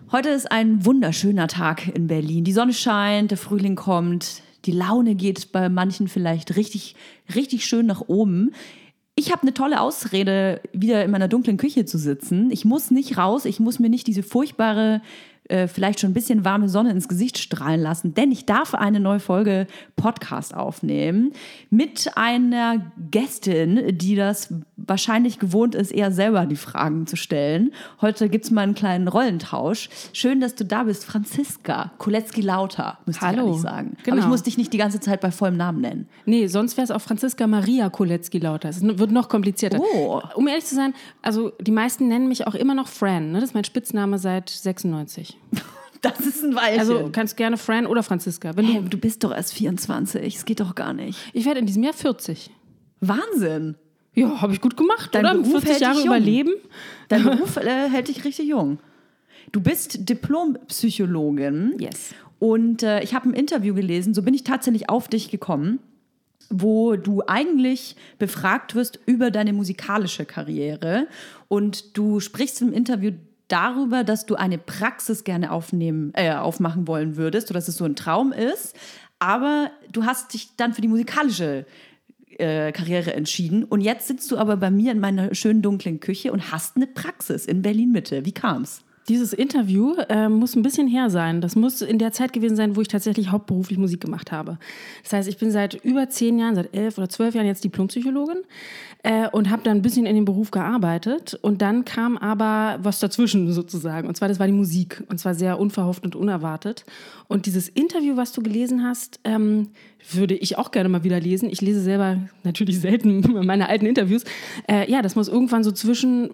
Heute ist ein wunderschöner Tag in Berlin. Die Sonne scheint, der Frühling kommt, die Laune geht bei manchen vielleicht richtig, richtig schön nach oben. Ich habe eine tolle Ausrede, wieder in meiner dunklen Küche zu sitzen. Ich muss nicht raus, ich muss mir nicht diese furchtbare, vielleicht schon ein bisschen warme Sonne ins Gesicht strahlen lassen, denn ich darf eine neue Folge Podcast aufnehmen mit einer Gästin, die das wahrscheinlich gewohnt ist, eher selber die Fragen zu stellen. Heute gibt es mal einen kleinen Rollentausch. Schön, dass du da bist, Franziska Kolecki-Lauter, müsste ich eigentlich sagen. Genau. Aber ich muss dich nicht die ganze Zeit bei vollem Namen nennen. Nee, sonst wäre es auch Franziska Maria Kolecki-Lauter. Es wird noch komplizierter. Oh. Um ehrlich zu sein, also die meisten nennen mich auch immer noch Fran. Ne? Das ist mein Spitzname seit 96. Das ist ein Weilchen. Also kannst gerne Fran oder Franziska. Hey, du bist doch erst 24, es geht doch gar nicht. Ich werde in diesem Jahr 40. Wahnsinn. Ja, habe ich gut gemacht, Dein oder? Beruf 40 hält Jahre dich jung. überleben. Dein Beruf hält dich richtig jung. Du bist Diplompsychologin. Yes. Und ich habe ein Interview gelesen, so bin ich tatsächlich auf dich gekommen, wo du eigentlich befragt wirst über deine musikalische Karriere. Und du sprichst im Interview darüber, dass du eine Praxis gerne aufmachen wollen würdest oder dass es so ein Traum ist. Aber du hast dich dann für die musikalische Karriere entschieden. Und jetzt sitzt du aber bei mir in meiner schönen dunklen Küche und hast eine Praxis in Berlin-Mitte. Wie kam's? Dieses Interview muss ein bisschen her sein. Das muss in der Zeit gewesen sein, wo ich tatsächlich hauptberuflich Musik gemacht habe. Das heißt, ich bin seit über 10 Jahren, seit 11 oder 12 Jahren jetzt Diplompsychologin und habe dann ein bisschen in dem Beruf gearbeitet. Und dann kam aber was dazwischen sozusagen. Und zwar, das war die Musik. Und zwar sehr unverhofft und unerwartet. Und dieses Interview, was du gelesen hast, würde ich auch gerne mal wieder lesen. Ich lese selber natürlich selten meine alten Interviews. Ja, das muss irgendwann so zwischen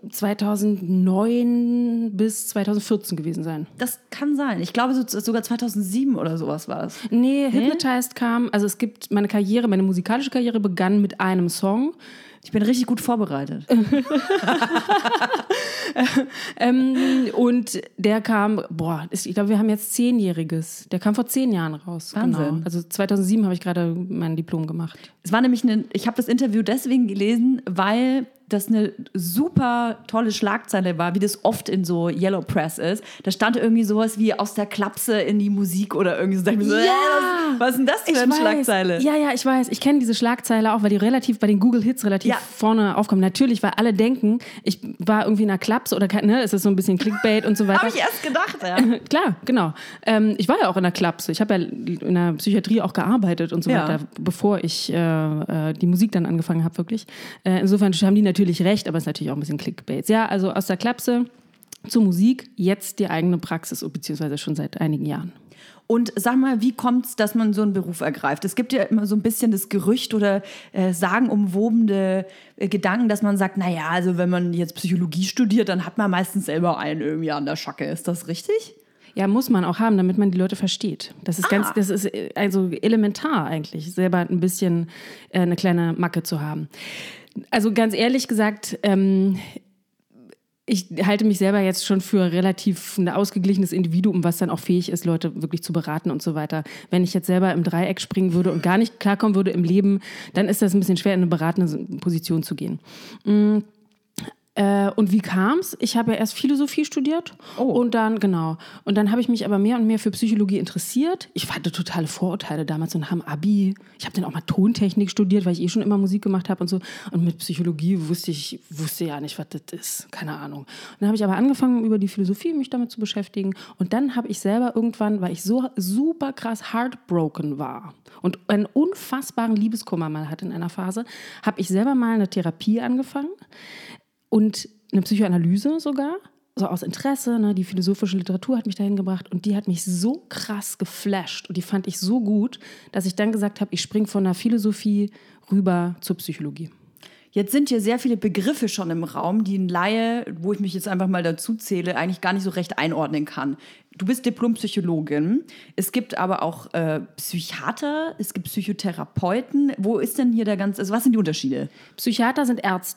2009 bis 2014 gewesen sein. Das kann sein. Ich glaube, sogar 2007 oder sowas war es. Nee, Hypnotized kam, also es gibt meine musikalische Karriere begann mit einem Song. Ich bin richtig gut vorbereitet. Und der kam, ich glaube, wir haben jetzt 10-Jähriges. Der kam vor 10 Jahren raus. Wahnsinn. Genau. Also 2007 habe ich gerade mein Diplom gemacht. Es war nämlich ich habe das Interview deswegen gelesen, weil das eine super tolle Schlagzeile war, wie das oft in so Yellow Press ist. Da stand irgendwie sowas wie aus der Klapse in die Musik oder irgendwie so. Da dachte ich mir so, was ist denn das für eine Schlagzeile? Ja, ich weiß. Ich kenne diese Schlagzeile auch, weil die bei den Google Hits relativ vorne aufkommen. Natürlich, weil alle denken, ich war irgendwie in einer Klapse oder, ne, es ist so ein bisschen Clickbait und so weiter. Habe ich erst gedacht, ja. Klar, genau. Ich war ja auch in der Klapse. Ich habe ja in der Psychiatrie auch gearbeitet und so weiter, bevor ich die Musik dann angefangen habe, wirklich. Insofern haben die natürlich recht, aber es ist natürlich auch ein bisschen Clickbait. Ja, also aus der Klapse zur Musik, jetzt die eigene Praxis, beziehungsweise schon seit einigen Jahren. Und sag mal, wie kommt es, dass man so einen Beruf ergreift? Es gibt ja immer so ein bisschen das Gerücht oder sagenumwobene Gedanken, dass man sagt, naja, also wenn man jetzt Psychologie studiert, dann hat man meistens selber einen irgendwie an der Schacke. Ist das richtig? Ja, muss man auch haben, damit man die Leute versteht. Das ist das ist also elementar eigentlich, selber ein bisschen eine kleine Macke zu haben. Also ganz ehrlich gesagt, ich halte mich selber jetzt schon für relativ ein ausgeglichenes Individuum, was dann auch fähig ist, Leute wirklich zu beraten und so weiter. Wenn ich jetzt selber im Dreieck springen würde und gar nicht klarkommen würde im Leben, dann ist das ein bisschen schwer, in eine beratende Position zu gehen. Und wie kam's? Ich habe ja erst Philosophie studiert und dann habe ich mich aber mehr und mehr für Psychologie interessiert. Ich hatte totale Vorurteile damals und nach dem Abi. Ich habe dann auch mal Tontechnik studiert, weil ich schon immer Musik gemacht habe und so. Und mit Psychologie wusste ja nicht, was das ist. Keine Ahnung. Und dann habe ich aber angefangen, über die Philosophie mich damit zu beschäftigen. Und dann habe ich selber irgendwann, weil ich so super krass heartbroken war und einen unfassbaren Liebeskummer mal hatte in einer Phase, habe ich selber mal eine Therapie angefangen. Und eine Psychoanalyse sogar, so aus Interesse, ne, die philosophische Literatur hat mich dahin gebracht und die hat mich so krass geflasht und die fand ich so gut, dass ich dann gesagt habe, ich springe von der Philosophie rüber zur Psychologie. Jetzt sind hier sehr viele Begriffe schon im Raum, die ein Laie, wo ich mich jetzt einfach mal dazu zähle, eigentlich gar nicht so recht einordnen kann. Du bist Diplompsychologin, es gibt aber auch Psychiater, es gibt Psychotherapeuten. Wo ist denn hier also was sind die Unterschiede? Psychiater sind Ärzte.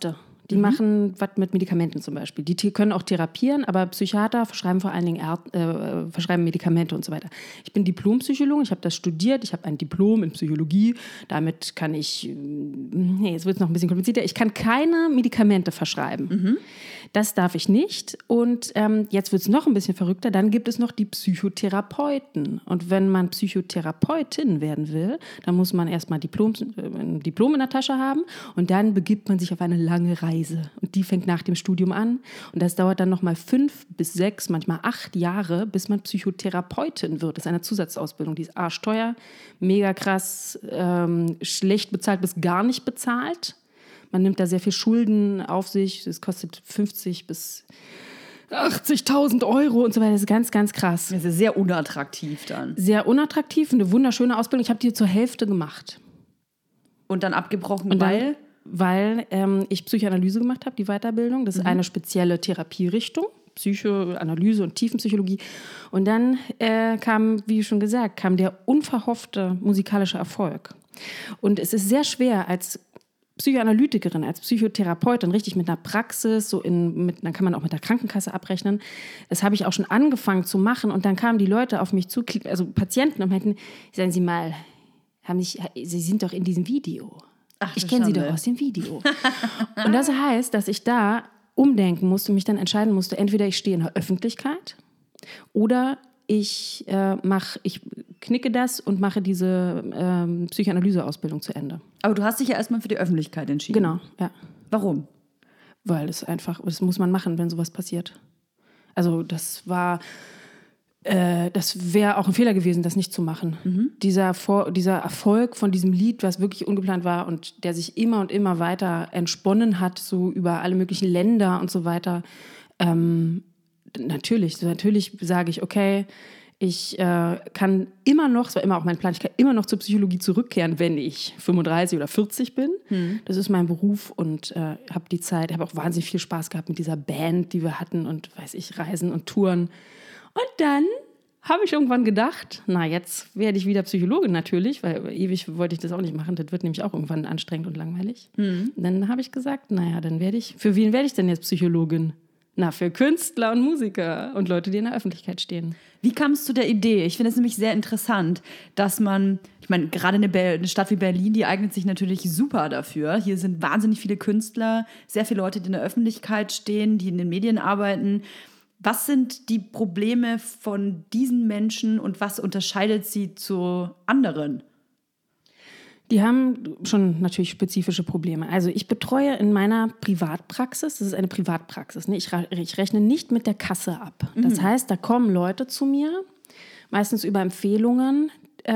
Die machen was mit Medikamenten zum Beispiel. Die können auch therapieren, aber Psychiater verschreiben vor allen Dingen verschreiben Medikamente und so weiter. Ich bin Diplompsychologin, ich habe das studiert, ich habe ein Diplom in Psychologie. Damit kann ich, jetzt wird es noch ein bisschen komplizierter, ich kann keine Medikamente verschreiben. Das darf ich nicht. Und jetzt wird es noch ein bisschen verrückter, dann gibt es noch die Psychotherapeuten. Und wenn man Psychotherapeutin werden will, dann muss man erstmal ein Diplom in der Tasche haben und dann begibt man sich auf eine lange Reise. Und die fängt nach dem Studium an. Und das dauert dann nochmal 5 bis 6, manchmal 8 Jahre, bis man Psychotherapeutin wird. Das ist eine Zusatzausbildung, die ist arschteuer, mega krass, schlecht bezahlt bis gar nicht bezahlt. Man nimmt da sehr viel Schulden auf sich. Es kostet 50 bis 80.000 Euro und so weiter. Das ist ganz, ganz krass. Das ist sehr unattraktiv dann. Sehr unattraktiv, eine wunderschöne Ausbildung. Ich habe die zur Hälfte gemacht. Und dann abgebrochen, weil? Weil ich Psychoanalyse gemacht habe, die Weiterbildung. Das ist eine spezielle Therapierichtung, Psychoanalyse und Tiefenpsychologie. Und dann kam der unverhoffte musikalische Erfolg. Und es ist sehr schwer als Psychoanalytikerin, als Psychotherapeutin, richtig mit einer Praxis, dann kann man auch mit der Krankenkasse abrechnen. Das habe ich auch schon angefangen zu machen. Und dann kamen die Leute auf mich zu, also Patienten, und meinten, sagen Sie mal, Sie sind doch in diesem Video. Ach, ich kenne Sie doch aus dem Video. Und das heißt, dass ich da umdenken musste, mich dann entscheiden musste, entweder ich stehe in der Öffentlichkeit oder ich knicke das und mache diese Psychoanalyse-Ausbildung zu Ende. Aber du hast dich ja erstmal für die Öffentlichkeit entschieden. Genau, ja. Warum? Weil das muss man machen, wenn sowas passiert. Also das wäre auch ein Fehler gewesen, das nicht zu machen. Dieser Erfolg von diesem Lied, was wirklich ungeplant war und der sich immer und immer weiter entsponnen hat, so über alle möglichen Länder und so weiter. Natürlich sage ich, okay, ich kann immer noch, das war immer auch mein Plan, ich kann immer noch zur Psychologie zurückkehren, wenn ich 35 oder 40 bin. Das ist mein Beruf und habe die Zeit, habe auch wahnsinnig viel Spaß gehabt mit dieser Band, die wir hatten und Reisen und Touren. Und dann habe ich irgendwann gedacht, jetzt werde ich wieder Psychologin natürlich, weil ewig wollte ich das auch nicht machen. Das wird nämlich auch irgendwann anstrengend und langweilig. Dann habe ich gesagt, für wen werde ich denn jetzt Psychologin? Für Künstler und Musiker und Leute, die in der Öffentlichkeit stehen. Wie kam es zu der Idee? Ich finde es nämlich sehr interessant, dass gerade eine Stadt wie Berlin, die eignet sich natürlich super dafür. Hier sind wahnsinnig viele Künstler, sehr viele Leute, die in der Öffentlichkeit stehen, die in den Medien arbeiten. Was sind die Probleme von diesen Menschen und was unterscheidet sie zu anderen? Die haben schon natürlich spezifische Probleme. Also ich betreue in meiner Privatpraxis, das ist eine Privatpraxis, ne? Ich rechne nicht mit der Kasse ab. Das heißt, da kommen Leute zu mir, meistens über Empfehlungen,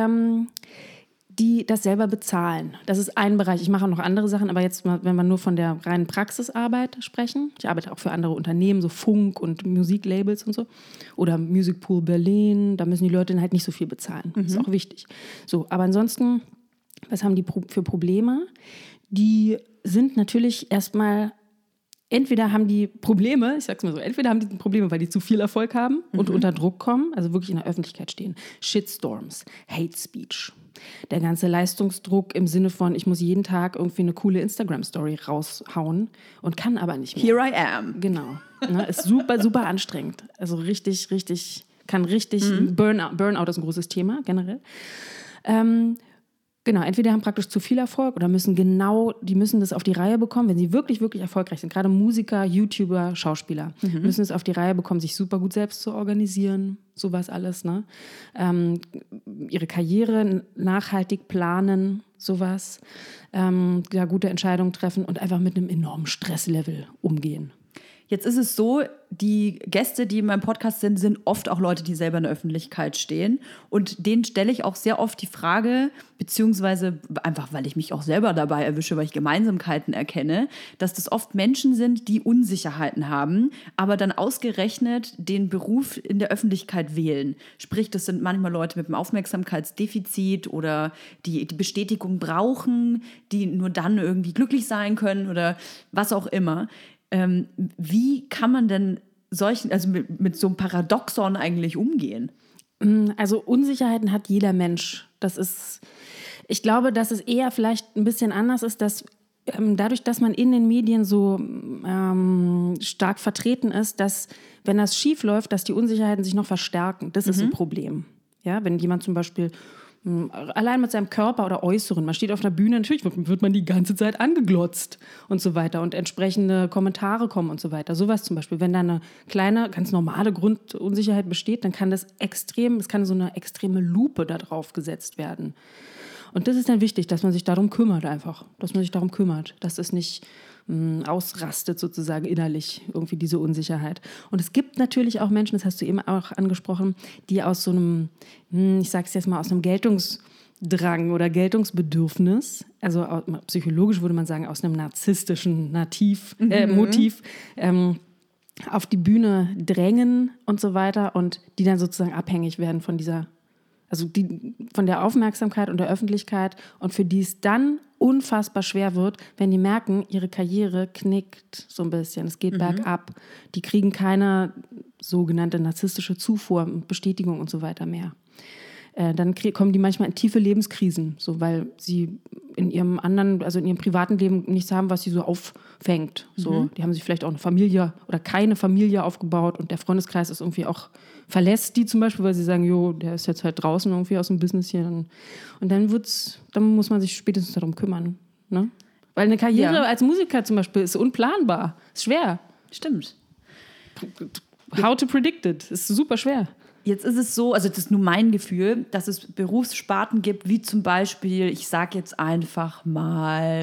die das selber bezahlen. Das ist ein Bereich. Ich mache auch noch andere Sachen, aber jetzt, wenn wir nur von der reinen Praxisarbeit sprechen, ich arbeite auch für andere Unternehmen, so Funk und Musiklabels und so, oder Music Pool Berlin, da müssen die Leute dann halt nicht so viel bezahlen. Das ist auch wichtig. So, aber ansonsten, was haben die für Probleme? Die sind natürlich erstmal, entweder haben die Probleme, weil die zu viel Erfolg haben und unter Druck kommen, also wirklich in der Öffentlichkeit stehen. Shitstorms, Hate Speech. Der ganze Leistungsdruck im Sinne von, ich muss jeden Tag irgendwie eine coole Instagram-Story raushauen und kann aber nicht mehr. Here I am. Genau. Ist super, super anstrengend. Also richtig, Burnout ist ein großes Thema generell. Genau, entweder haben praktisch zu viel Erfolg oder müssen das auf die Reihe bekommen, wenn sie wirklich, wirklich erfolgreich sind. Gerade Musiker, YouTuber, Schauspieler müssen es auf die Reihe bekommen, sich super gut selbst zu organisieren, sowas alles, ne? Ihre Karriere nachhaltig planen, sowas. Gute Entscheidungen treffen und einfach mit einem enormen Stresslevel umgehen. Jetzt ist es so, die Gäste, die in meinem Podcast sind oft auch Leute, die selber in der Öffentlichkeit stehen. Und denen stelle ich auch sehr oft die Frage, beziehungsweise einfach, weil ich mich auch selber dabei erwische, weil ich Gemeinsamkeiten erkenne, dass das oft Menschen sind, die Unsicherheiten haben, aber dann ausgerechnet den Beruf in der Öffentlichkeit wählen. Sprich, das sind manchmal Leute mit einem Aufmerksamkeitsdefizit oder die Bestätigung brauchen, die nur dann irgendwie glücklich sein können oder was auch immer. Wie kann man denn mit so einem Paradoxon eigentlich umgehen? Also Unsicherheiten hat jeder Mensch. Ich glaube, dass es eher vielleicht ein bisschen anders ist, dass dadurch, dass man in den Medien so stark vertreten ist, dass, wenn das schief läuft, dass die Unsicherheiten sich noch verstärken. Das ist ein Problem. Ja, wenn jemand zum Beispiel allein mit seinem Körper oder Äußeren, man steht auf einer Bühne, natürlich wird man die ganze Zeit angeglotzt und so weiter und entsprechende Kommentare kommen und so weiter. Sowas zum Beispiel, wenn da eine kleine, ganz normale Grundunsicherheit besteht, dann kann das kann so eine extreme Lupe da drauf gesetzt werden. Und das ist dann wichtig, dass man sich darum kümmert einfach, dass es nicht ausrastet sozusagen innerlich, irgendwie diese Unsicherheit. Und es gibt natürlich auch Menschen, das hast du eben auch angesprochen, die aus so einem, ich sag's jetzt mal, aus einem Geltungsdrang oder Geltungsbedürfnis, also psychologisch würde man sagen, aus einem narzisstischen Motiv, auf die Bühne drängen und so weiter und die dann sozusagen abhängig werden von von der Aufmerksamkeit und der Öffentlichkeit und für die es dann unfassbar schwer wird, wenn die merken, ihre Karriere knickt so ein bisschen, es geht bergab, die kriegen keine sogenannte narzisstische Zufuhr, Bestätigung und so weiter mehr. Dann kommen die manchmal in tiefe Lebenskrisen, so, weil sie in ihrem privaten Leben nichts haben, was sie so auffängt. So, die haben sich vielleicht auch eine Familie oder keine Familie aufgebaut und der Freundeskreis ist irgendwie auch, verlässt die zum Beispiel, weil sie sagen, jo, der ist jetzt halt draußen irgendwie aus dem Business hier. Und dann muss man sich spätestens darum kümmern. Ne? Weil eine Karriere als Musiker zum Beispiel ist unplanbar, ist schwer. Stimmt. How to predict it, ist super schwer. Jetzt ist es so, also das ist nur mein Gefühl, dass es Berufssparten gibt, wie zum Beispiel, ich sage jetzt einfach mal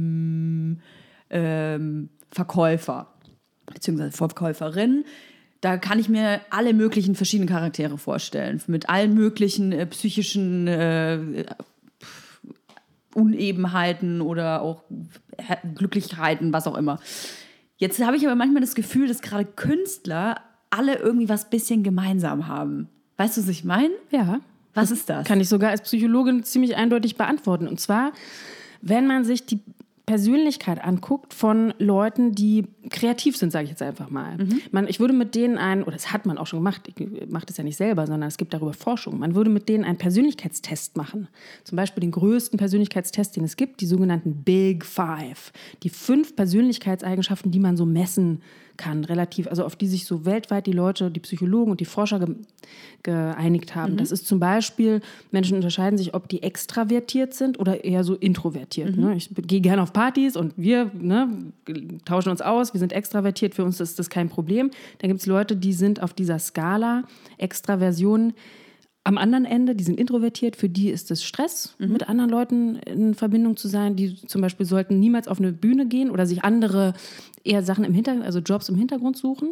Verkäufer bzw. Verkäuferin. Da kann ich mir alle möglichen verschiedenen Charaktere vorstellen, mit allen möglichen psychischen Unebenheiten oder auch Glücklichkeiten, was auch immer. Jetzt habe ich aber manchmal das Gefühl, dass gerade Künstler alle irgendwie was bisschen gemeinsam haben. Weißt du, was ich meine? Ja. Was ist das? Kann ich sogar als Psychologin ziemlich eindeutig beantworten. Und zwar, wenn man sich die Persönlichkeit anguckt von Leuten, die kreativ sind, sage ich jetzt einfach mal. Ich würde mit denen oder das hat man auch schon gemacht, ich mache das ja nicht selber, sondern es gibt darüber Forschung. Man würde mit denen einen Persönlichkeitstest machen. Zum Beispiel den größten Persönlichkeitstest, den es gibt, die sogenannten Big Five. Die 5 Persönlichkeitseigenschaften, die man so messen kann, also auf die sich so weltweit die Leute, die Psychologen und die Forscher geeinigt haben. Das ist zum Beispiel, Menschen unterscheiden sich, ob die extravertiert sind oder eher so introvertiert. Ne? Ich gehe gerne auf Partys und wir tauschen uns aus, wir sind extravertiert, für uns ist das kein Problem. Dann gibt es Leute, die sind auf dieser Skala Extraversion am anderen Ende, die sind introvertiert, für die ist es Stress, mit anderen Leuten in Verbindung zu sein. Die zum Beispiel sollten niemals auf eine Bühne gehen oder sich andere eher Sachen also Jobs im Hintergrund suchen.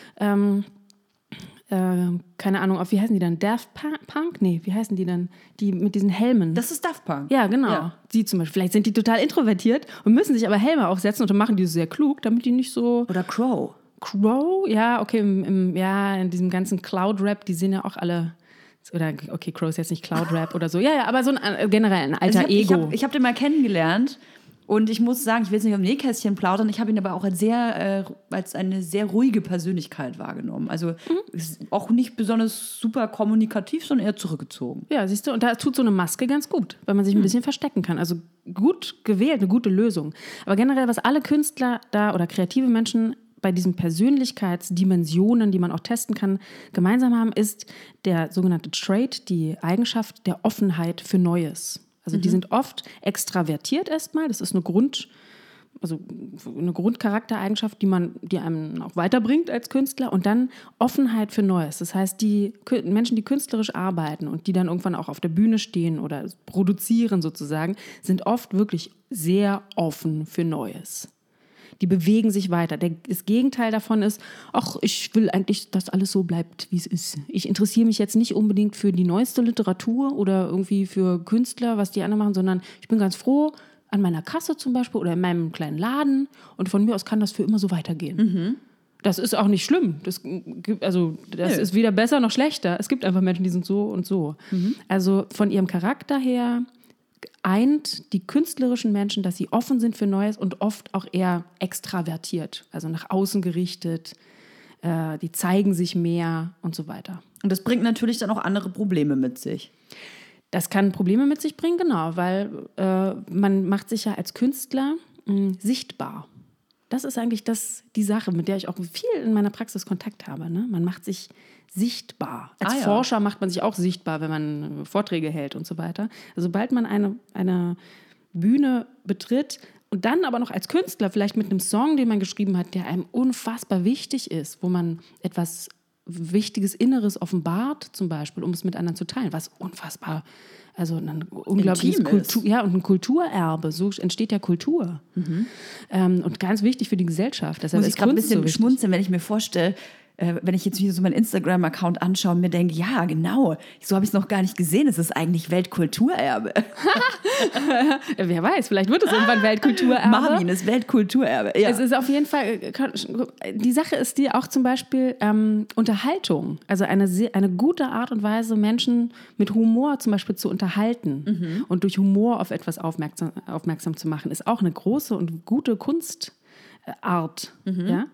Keine Ahnung, wie heißen die dann? Daft Punk? Nee, wie heißen die dann? Die mit diesen Helmen. Das ist Daft Punk. Ja, genau. Ja. Die zum Beispiel. Vielleicht sind die total introvertiert und müssen sich aber Helme aufsetzen und dann machen die es sehr klug, damit die nicht so... Oder Crow. Crow? Ja, okay, in diesem ganzen Cloud-Rap, die sind ja auch alle... Oder, okay, Crow ist jetzt nicht Cloud-Rap oder so. Ja, aber so generell ein alter Ego. Ich hab den mal kennengelernt und ich muss sagen, ich will jetzt nicht am Nähkästchen plaudern, ich habe ihn aber auch als eine sehr ruhige Persönlichkeit wahrgenommen. Also ist auch nicht besonders super kommunikativ, sondern eher zurückgezogen. Ja, siehst du, und da tut so eine Maske ganz gut, weil man sich ein bisschen verstecken kann. Also gut gewählt, eine gute Lösung. Aber generell, was alle Künstler da oder kreative Menschen bei diesen Persönlichkeitsdimensionen, die man auch testen kann, gemeinsam haben, ist der sogenannte Trait, die Eigenschaft der Offenheit für Neues. Also die sind oft extravertiert erstmal, das ist eine Grundcharaktereigenschaft, die einem auch weiterbringt als Künstler, und dann Offenheit für Neues. Das heißt, die Menschen, die künstlerisch arbeiten und die dann irgendwann auch auf der Bühne stehen oder produzieren sozusagen, sind oft wirklich sehr offen für Neues. Die bewegen sich weiter. Das Gegenteil davon ist, ach, ich will eigentlich, dass alles so bleibt, wie es ist. Ich interessiere mich jetzt nicht unbedingt für die neueste Literatur oder irgendwie für Künstler, was die anderen machen, sondern ich bin ganz froh an meiner Kasse zum Beispiel oder in meinem kleinen Laden, und von mir aus kann das für immer so weitergehen. Das ist auch nicht schlimm. Das ist weder besser noch schlechter. Es gibt einfach Menschen, die sind so und so. Also von ihrem Charakter her eint die künstlerischen Menschen, dass sie offen sind für Neues und oft auch eher extravertiert, also nach außen gerichtet, die zeigen sich mehr und so weiter. Und das bringt natürlich dann auch andere Probleme mit sich. Das kann Probleme mit sich bringen, genau, weil man macht sich ja als Künstler sichtbar. Das ist eigentlich die Sache, mit der ich auch viel in meiner Praxis Kontakt habe. Ne? Man macht sich sichtbar. Als Forscher macht man sich auch sichtbar, wenn man Vorträge hält und so weiter. Also sobald man eine Bühne betritt und dann aber noch als Künstler vielleicht mit einem Song, den man geschrieben hat, der einem unfassbar wichtig ist, wo man etwas Wichtiges Inneres offenbart, zum Beispiel, um es mit anderen zu teilen, was unfassbar, also ein unglaubliches und ein Kulturerbe, so entsteht ja Kultur. Und ganz wichtig für die Gesellschaft. Deshalb muss ich gerade ein bisschen schmunzeln, wenn ich mir vorstelle, wenn ich jetzt wieder so meinen Instagram-Account anschaue und mir denke, ja, genau, so habe ich es noch gar nicht gesehen, es ist eigentlich Weltkulturerbe. Wer weiß, vielleicht wird es irgendwann Weltkulturerbe. Marvin ist Weltkulturerbe. Ja. Es ist auf jeden Fall, die Sache ist die auch zum Beispiel Unterhaltung, also eine gute Art und Weise, Menschen mit Humor zum Beispiel zu unterhalten und durch Humor auf etwas aufmerksam zu machen, ist auch eine große und gute Kunstart. Ja?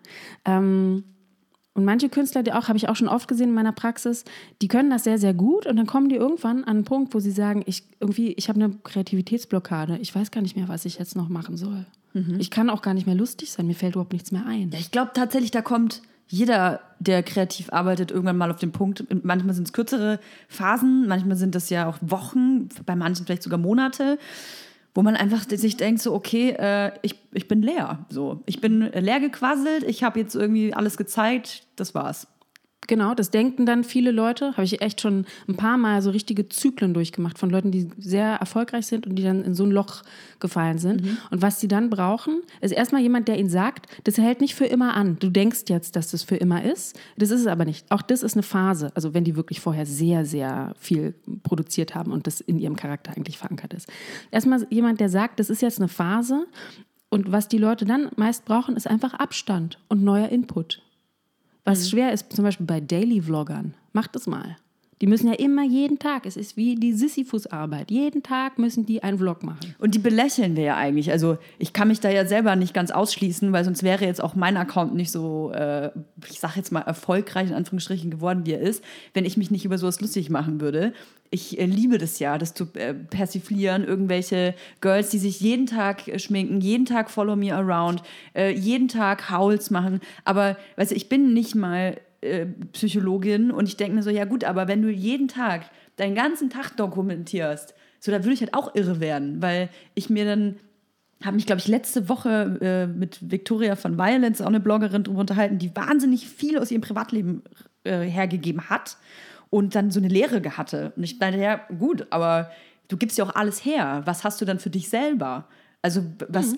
Und manche Künstler, habe ich auch schon oft gesehen in meiner Praxis, die können das sehr, sehr gut und dann kommen die irgendwann an einen Punkt, wo sie sagen, ich habe eine Kreativitätsblockade, ich weiß gar nicht mehr, was ich jetzt noch machen soll. Ich kann auch gar nicht mehr lustig sein, mir fällt überhaupt nichts mehr ein. Ja, ich glaube tatsächlich, da kommt jeder, der kreativ arbeitet, irgendwann mal auf den Punkt, manchmal sind es kürzere Phasen, manchmal sind das ja auch Wochen, bei manchen vielleicht sogar Monate, wo man einfach sich denkt, so okay, ich bin leer. So. Ich bin leer gequasselt, ich habe jetzt irgendwie alles gezeigt, das war's. Genau, das denken dann viele Leute, habe ich echt schon ein paar Mal so richtige Zyklen durchgemacht von Leuten, die sehr erfolgreich sind und die dann in so ein Loch gefallen sind. Und was sie dann brauchen, ist erstmal jemand, der ihnen sagt, das hält nicht für immer an. Du denkst jetzt, dass das für immer ist. Das ist es aber nicht. Auch das ist eine Phase, also wenn die wirklich vorher sehr, sehr viel produziert haben und das in ihrem Charakter eigentlich verankert ist. Erstmal jemand, der sagt, das ist jetzt eine Phase und was die Leute dann meist brauchen, ist einfach Abstand und neuer Input. Was schwer ist, zum Beispiel bei Daily-Vloggern. Macht das mal. Die müssen ja immer jeden Tag, es ist wie die Sisyphus-Arbeit, jeden Tag müssen die einen Vlog machen. Und die belächeln wir ja eigentlich. Also ich kann mich da ja selber nicht ganz ausschließen, weil sonst wäre jetzt auch mein Account nicht so, ich sag jetzt mal, erfolgreich in Anführungsstrichen geworden, wie er ist, wenn ich mich nicht über sowas lustig machen würde. Ich liebe das ja, das zu persiflieren, irgendwelche Girls, die sich jeden Tag schminken, jeden Tag Follow Me Around, jeden Tag Hauls machen. Aber weißt du, ich bin nicht mal Psychologin und ich denke mir so, ja gut, aber wenn du jeden Tag deinen ganzen Tag dokumentierst, so, da würde ich halt auch irre werden, weil ich mir dann, habe mich, glaube ich, letzte Woche mit Victoria von Violence, auch eine Bloggerin, darüber unterhalten, die wahnsinnig viel aus ihrem Privatleben hergegeben hat und dann so eine Lehre hatte. Und ich dachte, ja gut, aber du gibst ja auch alles her. Was hast du dann für dich selber? Also was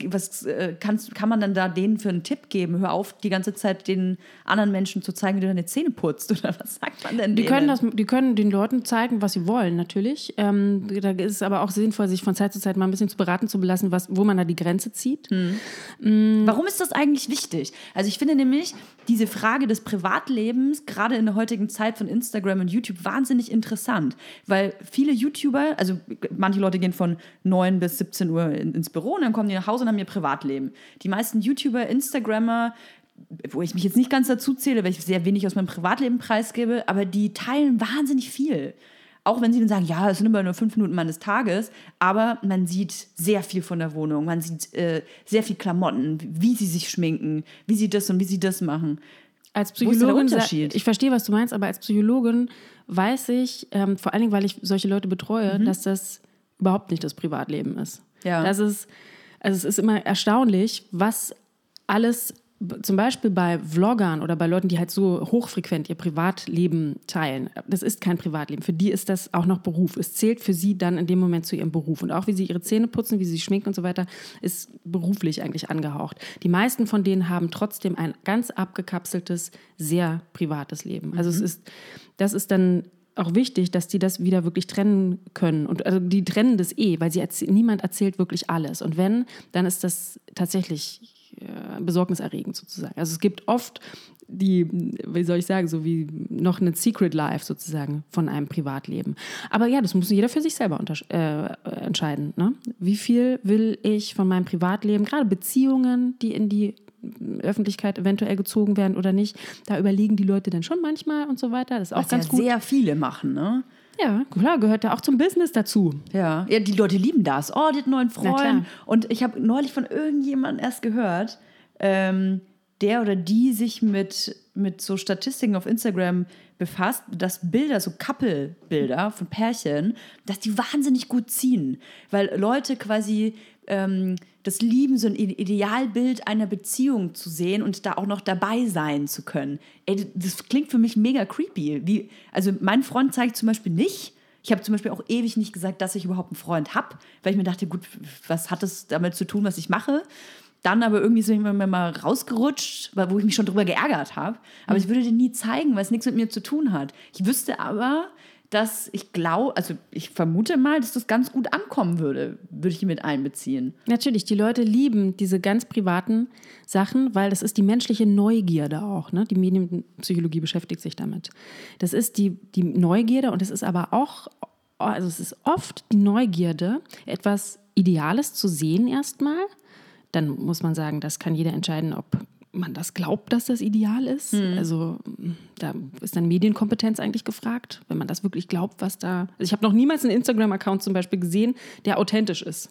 kann man dann da denen für einen Tipp geben? Hör auf, die ganze Zeit den anderen Menschen zu zeigen, wie du deine Zähne putzt. Oder was sagt man denn denen? Die können den Leuten zeigen, was sie wollen, natürlich. Da ist es aber auch sinnvoll, sich von Zeit zu Zeit mal ein bisschen zu beraten zu belassen, wo man da die Grenze zieht. Warum ist das eigentlich wichtig? Also ich finde nämlich diese Frage des Privatlebens, gerade in der heutigen Zeit von Instagram und YouTube, wahnsinnig interessant. Weil viele YouTuber, also manche Leute gehen von 9 bis 17 Uhr ins Büro und dann kommen die nach Hause und haben ihr Privatleben. Die meisten YouTuber, Instagrammer, wo ich mich jetzt nicht ganz dazu zähle, weil ich sehr wenig aus meinem Privatleben preisgebe, aber die teilen wahnsinnig viel. Auch wenn sie dann sagen, ja, es sind immer nur 5 Minuten meines Tages, aber man sieht sehr viel von der Wohnung, man sieht sehr viel Klamotten, wie sie sich schminken, wie sie das und wie sie das machen. Als Psychologin, ich verstehe, was du meinst, aber als Psychologin weiß ich, vor allen Dingen, weil ich solche Leute betreue, dass das überhaupt nicht das Privatleben ist. Ja. Es ist immer erstaunlich, was alles, zum Beispiel bei Vloggern oder bei Leuten, die halt so hochfrequent ihr Privatleben teilen. Das ist kein Privatleben. Für die ist das auch noch Beruf. Es zählt für sie dann in dem Moment zu ihrem Beruf. Und auch wie sie ihre Zähne putzen, wie sie sich schminken und so weiter, ist beruflich eigentlich angehaucht. Die meisten von denen haben trotzdem ein ganz abgekapseltes, sehr privates Leben. Also das ist dann auch wichtig, dass die das wieder wirklich trennen können. Und also die trennen das weil niemand erzählt wirklich alles. Und wenn, dann ist das tatsächlich besorgniserregend sozusagen. Also es gibt oft wie soll ich sagen, so wie noch ein Secret Life sozusagen von einem Privatleben. Aber ja, das muss jeder für sich selber entscheiden. Ne? Wie viel will ich von meinem Privatleben, gerade Beziehungen, die in die Öffentlichkeit eventuell gezogen werden oder nicht, da überlegen die Leute dann schon manchmal und so weiter. Das ist auch was ganz ja gut. Sehr viele machen, ne? Ja, klar, gehört ja auch zum Business dazu. Ja, die Leute lieben das. Oh, die hat einen neuen Freund. Und ich habe neulich von irgendjemandem erst gehört, der oder die sich mit so Statistiken auf Instagram befasst, dass Bilder, so Couple-Bilder von Pärchen, dass die wahnsinnig gut ziehen. Weil Leute quasi das lieben, so ein Idealbild einer Beziehung zu sehen und da auch noch dabei sein zu können. Ey, das klingt für mich mega creepy. Also mein Freund zeigt zum Beispiel nicht. Ich habe zum Beispiel auch ewig nicht gesagt, dass ich überhaupt einen Freund habe, weil ich mir dachte, gut, was hat das damit zu tun, was ich mache? Dann aber irgendwie sind wir mal rausgerutscht, wo ich mich schon drüber geärgert habe. Aber ich würde den nie zeigen, weil es nichts mit mir zu tun hat. Ich wüsste aber, dass ich vermute mal, dass das ganz gut ankommen würde ich ihn mit einbeziehen. Natürlich, die Leute lieben diese ganz privaten Sachen, weil das ist die menschliche Neugierde auch. Ne? Die Medienpsychologie beschäftigt sich damit. Das ist die Neugierde und es ist aber auch, also es ist oft die Neugierde, etwas Ideales zu sehen erstmal. Dann muss man sagen, das kann jeder entscheiden, ob man das glaubt, dass das ideal ist. Also da ist dann Medienkompetenz eigentlich gefragt, wenn man das wirklich glaubt, was da... Also ich habe noch niemals einen Instagram-Account zum Beispiel gesehen, der authentisch ist.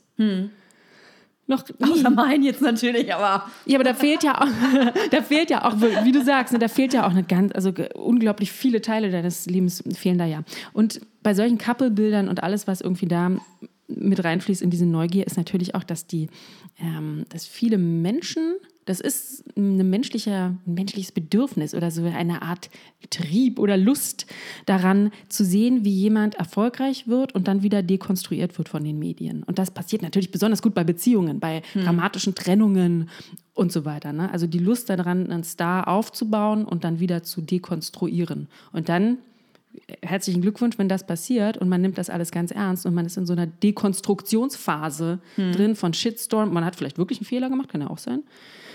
Noch nie. Außer meinen jetzt natürlich, aber... Ja, aber da fehlt ja auch, wie du sagst, ne, da fehlt ja auch unglaublich viele Teile deines Lebens fehlen da ja. Und bei solchen Couple-Bildern und alles, was irgendwie da mit reinfließt in diese Neugier, ist natürlich auch, dass viele Menschen... Das ist ein menschliches Bedürfnis oder so eine Art Trieb oder Lust daran zu sehen, wie jemand erfolgreich wird und dann wieder dekonstruiert wird von den Medien. Und das passiert natürlich besonders gut bei Beziehungen, bei dramatischen Trennungen und so weiter. Ne? Also die Lust daran, einen Star aufzubauen und dann wieder zu dekonstruieren. Und dann herzlichen Glückwunsch, wenn das passiert und man nimmt das alles ganz ernst und man ist in so einer Dekonstruktionsphase drin von Shitstorm. Man hat vielleicht wirklich einen Fehler gemacht, kann ja auch sein.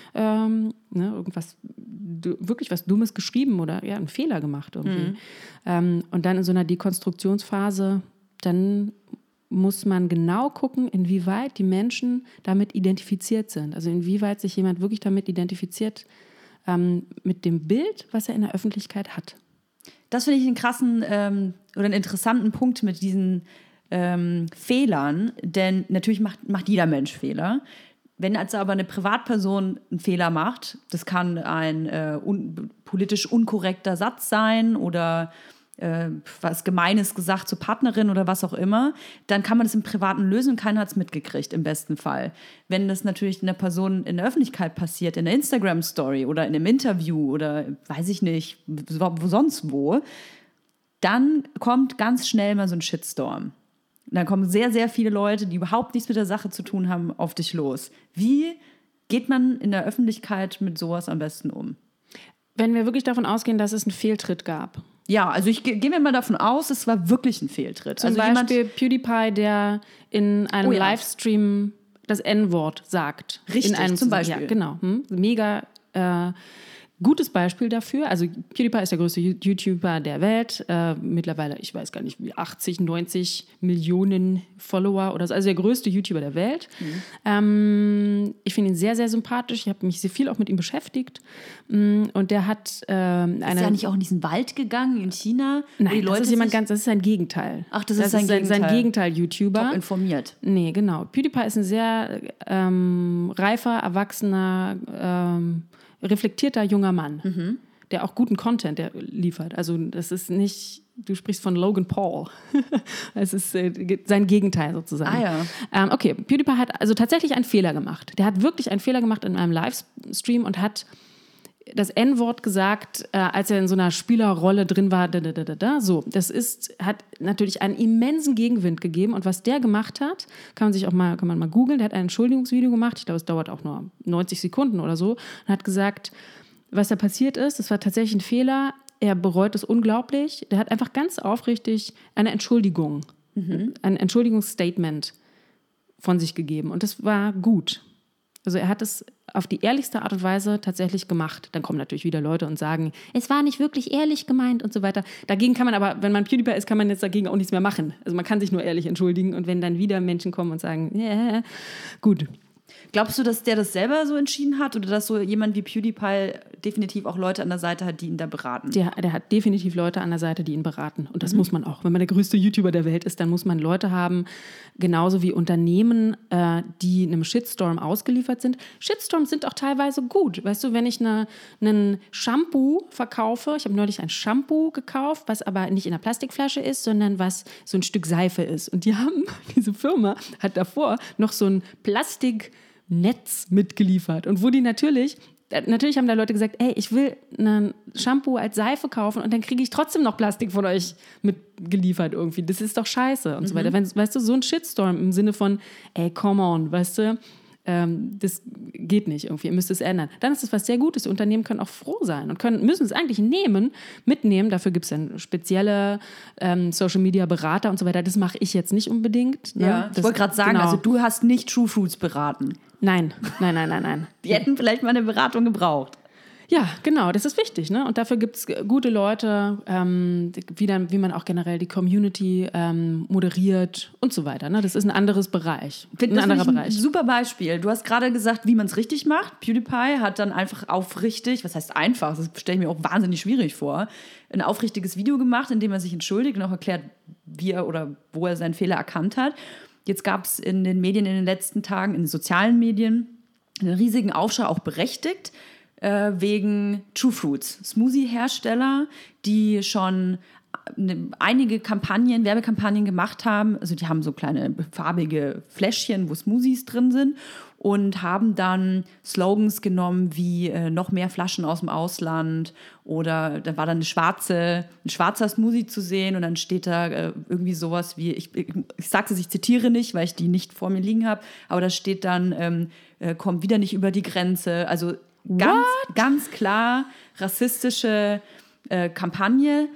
Wirklich was Dummes geschrieben oder einen Fehler gemacht irgendwie. Und dann in so einer Dekonstruktionsphase, dann muss man genau gucken, inwieweit die Menschen damit identifiziert sind. Also inwieweit sich jemand wirklich damit identifiziert, mit dem Bild, was er in der Öffentlichkeit hat. Das finde ich einen krassen oder einen interessanten Punkt mit diesen Fehlern, denn natürlich macht jeder Mensch Fehler. Wenn jetzt aber eine Privatperson einen Fehler macht, das kann ein politisch unkorrekter Satz sein oder was Gemeines gesagt zur Partnerin oder was auch immer, dann kann man das im Privaten lösen und keiner hat es mitgekriegt, im besten Fall. Wenn das natürlich einer Person in der Öffentlichkeit passiert, in einer Instagram-Story oder in einem Interview oder weiß ich nicht, sonst wo, dann kommt ganz schnell mal so ein Shitstorm. Dann kommen sehr, sehr viele Leute, die überhaupt nichts mit der Sache zu tun haben, auf dich los. Wie geht man in der Öffentlichkeit mit sowas am besten um? Wenn wir wirklich davon ausgehen, dass es einen Fehltritt gab. Ja, also gehen wir mal davon aus, es war wirklich ein Fehltritt. Zum Beispiel PewDiePie, der in einem Livestream das N-Wort sagt. Richtig, in einem zum Beispiel. Ja, genau. Mega gutes Beispiel dafür. Also PewDiePie ist der größte YouTuber der Welt. Mittlerweile, ich weiß gar nicht, wie 80, 90 Millionen Follower oder so. Also der größte YouTuber der Welt. Ich finde ihn sehr, sehr sympathisch. Ich habe mich sehr viel auch mit ihm beschäftigt. Und der hat ist ja nicht auch in diesen Wald gegangen in China? Nein, das ist sein Gegenteil. Ach, das ist sein Gegenteil-YouTuber. Top informiert. Nee, genau. PewDiePie ist ein sehr reifer, erwachsener, reflektierter junger Mann, der auch guten Content liefert. Also das ist nicht, du sprichst von Logan Paul. Es ist sein Gegenteil sozusagen. Okay, PewDiePie hat also tatsächlich einen Fehler gemacht. Der hat wirklich einen Fehler gemacht in einem Livestream und hat das N-Wort gesagt, als er in so einer Spielerrolle drin war. So, hat natürlich einen immensen Gegenwind gegeben. Und was der gemacht hat, kann man mal googeln. Der hat ein Entschuldigungsvideo gemacht. Ich glaube, es dauert auch nur 90 Sekunden oder so. Und hat gesagt, was da passiert ist, das war tatsächlich ein Fehler. Er bereut es unglaublich. Der hat einfach ganz aufrichtig eine Entschuldigung, ein Entschuldigungsstatement von sich gegeben. Und das war gut. Also er hat es auf die ehrlichste Art und Weise tatsächlich gemacht. Dann kommen natürlich wieder Leute und sagen, es war nicht wirklich ehrlich gemeint und so weiter. Dagegen kann man aber, wenn man PewDiePie ist, kann man jetzt dagegen auch nichts mehr machen. Also man kann sich nur ehrlich entschuldigen. Und wenn dann wieder Menschen kommen und sagen, gut. Glaubst du, dass der das selber so entschieden hat oder dass so jemand wie PewDiePie definitiv auch Leute an der Seite hat, die ihn da beraten. Der hat definitiv Leute an der Seite, die ihn beraten. Und das muss man auch. Wenn man der größte YouTuber der Welt ist, dann muss man Leute haben, genauso wie Unternehmen, die einem Shitstorm ausgeliefert sind. Shitstorms sind auch teilweise gut. Weißt du, wenn ich einen Shampoo verkaufe, ich habe neulich ein Shampoo gekauft, was aber nicht in einer Plastikflasche ist, sondern was so ein Stück Seife ist. Und diese Firma hat davor noch so ein Plastiknetz mitgeliefert. Und wo die natürlich haben da Leute gesagt, ey, ich will ein Shampoo als Seife kaufen und dann kriege ich trotzdem noch Plastik von euch mitgeliefert irgendwie. Das ist doch scheiße und so weiter. Weißt du, so ein Shitstorm im Sinne von, ey, come on, weißt du, das geht nicht irgendwie, ihr müsst es ändern. Dann ist es was sehr Gutes. Die Unternehmen können auch froh sein und müssen es eigentlich mitnehmen. Dafür gibt es dann spezielle Social-Media-Berater und so weiter. Das mache ich jetzt nicht unbedingt. Ne? Ja, ich wollte gerade sagen, genau. Also du hast nicht True Fruits beraten. Nein. Die hätten vielleicht mal eine Beratung gebraucht. Ja, genau, das ist wichtig. Ne? Und dafür gibt es gute Leute, wie man auch generell die Community moderiert und so weiter. Ne? Das ist ein anderes Bereich. Ein super Beispiel. Du hast gerade gesagt, wie man es richtig macht. PewDiePie hat dann einfach aufrichtig, was heißt einfach, das stelle ich mir auch wahnsinnig schwierig vor, ein aufrichtiges Video gemacht, in dem er sich entschuldigt und auch erklärt, wie er oder wo er seinen Fehler erkannt hat. Jetzt gab es in den Medien in den letzten Tagen, in den sozialen Medien, einen riesigen Aufschrei, auch berechtigt, wegen True Fruits, Smoothie-Hersteller, die schon einige Werbekampagnen gemacht haben. Also die haben so kleine farbige Fläschchen, wo Smoothies drin sind und haben dann Slogans genommen wie noch mehr Flaschen aus dem Ausland oder da war dann ein schwarzer Smoothie zu sehen und dann steht da irgendwie sowas wie, ich sage es, ich zitiere nicht, weil ich die nicht vor mir liegen habe, aber da steht dann, kommt wieder nicht über die Grenze, also ganz klar rassistische Kampagne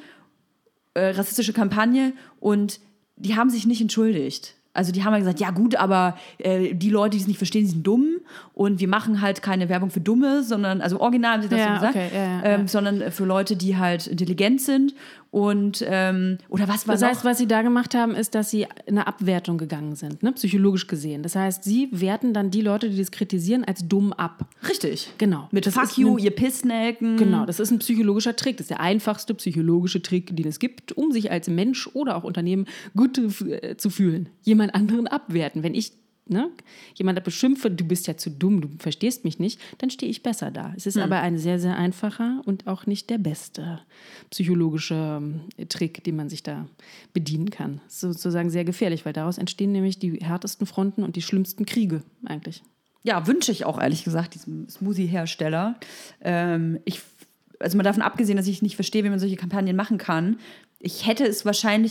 und die haben sich nicht entschuldigt. Also die haben ja gesagt, ja gut, aber die Leute, die es nicht verstehen, die sind dumm und wir machen halt keine Werbung für Dumme, sondern, also original haben sie das so gesagt, okay, sondern für Leute, die halt intelligent sind und, oder was war das heißt, was sie da gemacht haben, ist, dass sie in eine Abwertung gegangen sind, ne? Psychologisch gesehen. Das heißt, sie werten dann die Leute, die das kritisieren, als dumm ab. Richtig. Genau. Mit Fuck you, ihr Pissnelken. Genau, das ist ein psychologischer Trick. Das ist der einfachste psychologische Trick, den es gibt, um sich als Mensch oder auch Unternehmen gut zu fühlen. Jemand anderen abwerten. Wenn ich jemand beschimpfe, du bist ja zu dumm, du verstehst mich nicht, dann stehe ich besser da. Es ist aber ein sehr, sehr einfacher und auch nicht der beste psychologische Trick, den man sich da bedienen kann. Das ist sozusagen sehr gefährlich, weil daraus entstehen nämlich die härtesten Fronten und die schlimmsten Kriege eigentlich. Ja, wünsche ich auch ehrlich gesagt diesem Smoothie-Hersteller. Also mal davon abgesehen, dass ich nicht verstehe, wie man solche Kampagnen machen kann. Ich hätte es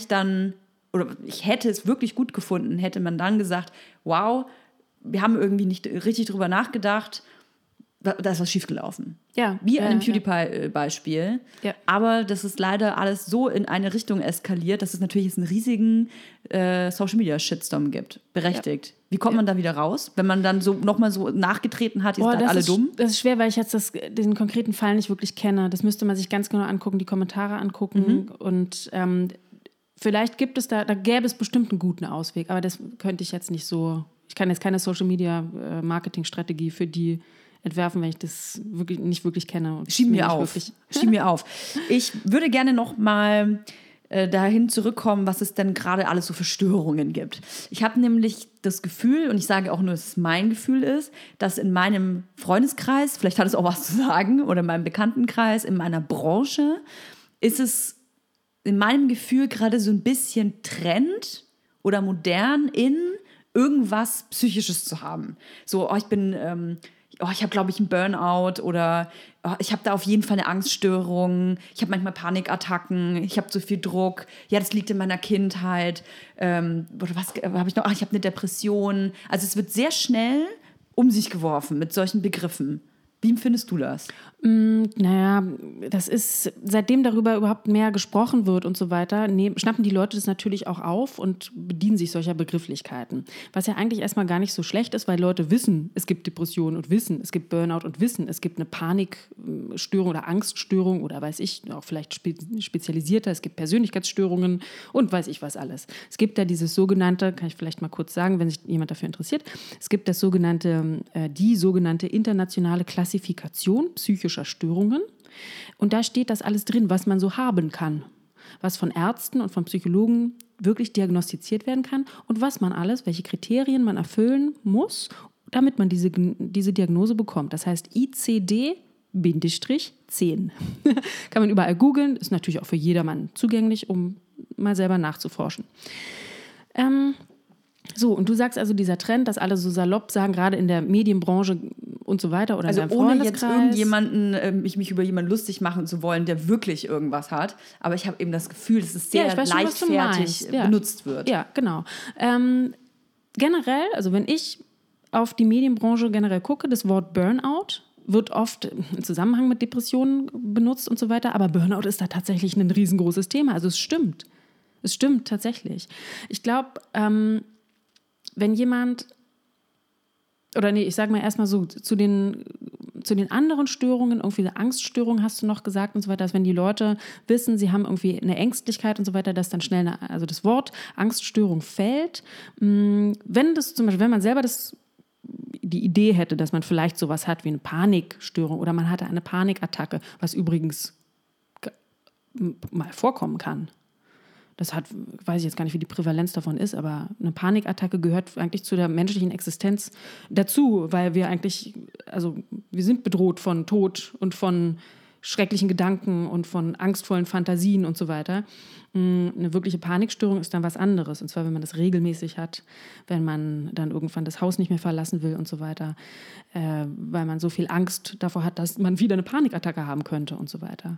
wirklich gut gefunden, hätte man dann gesagt, wow, wir haben irgendwie nicht richtig drüber nachgedacht, da ist was schiefgelaufen. Ja. Wie an dem PewDiePie-Beispiel. Ja. Aber das ist leider alles so in eine Richtung eskaliert, dass es natürlich jetzt einen riesigen Social-Media-Shitstorm gibt. Berechtigt. Ja. Wie kommt man da wieder raus, wenn man dann so nochmal so nachgetreten hat, die sind alle dumm? Das ist schwer, weil ich jetzt den konkreten Fall nicht wirklich kenne. Das müsste man sich ganz genau angucken, die Kommentare angucken und vielleicht gibt es da gäbe es bestimmt einen guten Ausweg, aber das könnte ich jetzt nicht so, ich kann jetzt keine Social-Media-Marketing-Strategie für die entwerfen, wenn ich das nicht wirklich kenne. Schieb mir auf. Ich würde gerne noch mal dahin zurückkommen, was es denn gerade alles so für Störungen gibt. Ich habe nämlich das Gefühl, und ich sage auch nur, dass es mein Gefühl ist, dass in meinem Freundeskreis, vielleicht hat es auch was zu sagen, oder in meinem Bekanntenkreis, in meiner Branche, ist es in meinem Gefühl gerade so ein bisschen Trend oder modern in irgendwas Psychisches zu haben. So, ich habe, glaube ich, einen Burnout oder ich habe da auf jeden Fall eine Angststörung, ich habe manchmal Panikattacken, ich habe zu viel Druck, ja, das liegt in meiner Kindheit, oder was habe ich noch? Ich habe eine Depression. Also es wird sehr schnell um sich geworfen mit solchen Begriffen. Wie empfindest du das? Naja, das ist, seitdem darüber überhaupt mehr gesprochen wird und so weiter, schnappen die Leute das natürlich auch auf und bedienen sich solcher Begrifflichkeiten. Was ja eigentlich erstmal gar nicht so schlecht ist, weil Leute wissen, es gibt Depressionen und wissen, es gibt Burnout und wissen, es gibt eine Panikstörung oder Angststörung oder weiß ich, auch vielleicht spezialisierter, es gibt Persönlichkeitsstörungen und weiß ich was alles. Es gibt da dieses sogenannte, kann ich vielleicht mal kurz sagen, wenn sich jemand dafür interessiert, es gibt die sogenannte internationale Klassifizierung Klassifikation psychischer Störungen. Und da steht das alles drin, was man so haben kann, was von Ärzten und von Psychologen wirklich diagnostiziert werden kann und was man alles, welche Kriterien man erfüllen muss, damit man diese Diagnose bekommt. Das heißt ICD-10. Kann man überall googeln, ist natürlich auch für jedermann zugänglich, um mal selber nachzuforschen. So, und du sagst also, dieser Trend, dass alle so salopp sagen, gerade in der Medienbranche und so weiter oder also in deinem ohne jetzt irgendjemanden, mich über jemanden lustig machen zu wollen, der wirklich irgendwas hat. Aber ich habe eben das Gefühl, dass es sehr leichtfertig benutzt wird. Ja, genau. Generell, also wenn ich auf die Medienbranche generell gucke, das Wort Burnout wird oft im Zusammenhang mit Depressionen benutzt und so weiter, aber Burnout ist da tatsächlich ein riesengroßes Thema. Also es stimmt. Es stimmt tatsächlich. Ich glaube, wenn jemand, ich sage mal erstmal so, zu den anderen Störungen, irgendwie eine Angststörung hast du noch gesagt und so weiter, dass wenn die Leute wissen, sie haben irgendwie eine Ängstlichkeit und so weiter, dass dann schnell das Wort Angststörung fällt. Wenn man selber die Idee hätte, dass man vielleicht sowas hat wie eine Panikstörung oder man hatte eine Panikattacke, was übrigens mal vorkommen kann. Weiß ich jetzt gar nicht, wie die Prävalenz davon ist, aber eine Panikattacke gehört eigentlich zu der menschlichen Existenz dazu, weil wir sind bedroht von Tod und von schrecklichen Gedanken und von angstvollen Fantasien und so weiter. Eine wirkliche Panikstörung ist dann was anderes, und zwar, wenn man das regelmäßig hat, wenn man dann irgendwann das Haus nicht mehr verlassen will und so weiter, weil man so viel Angst davor hat, dass man wieder eine Panikattacke haben könnte und so weiter.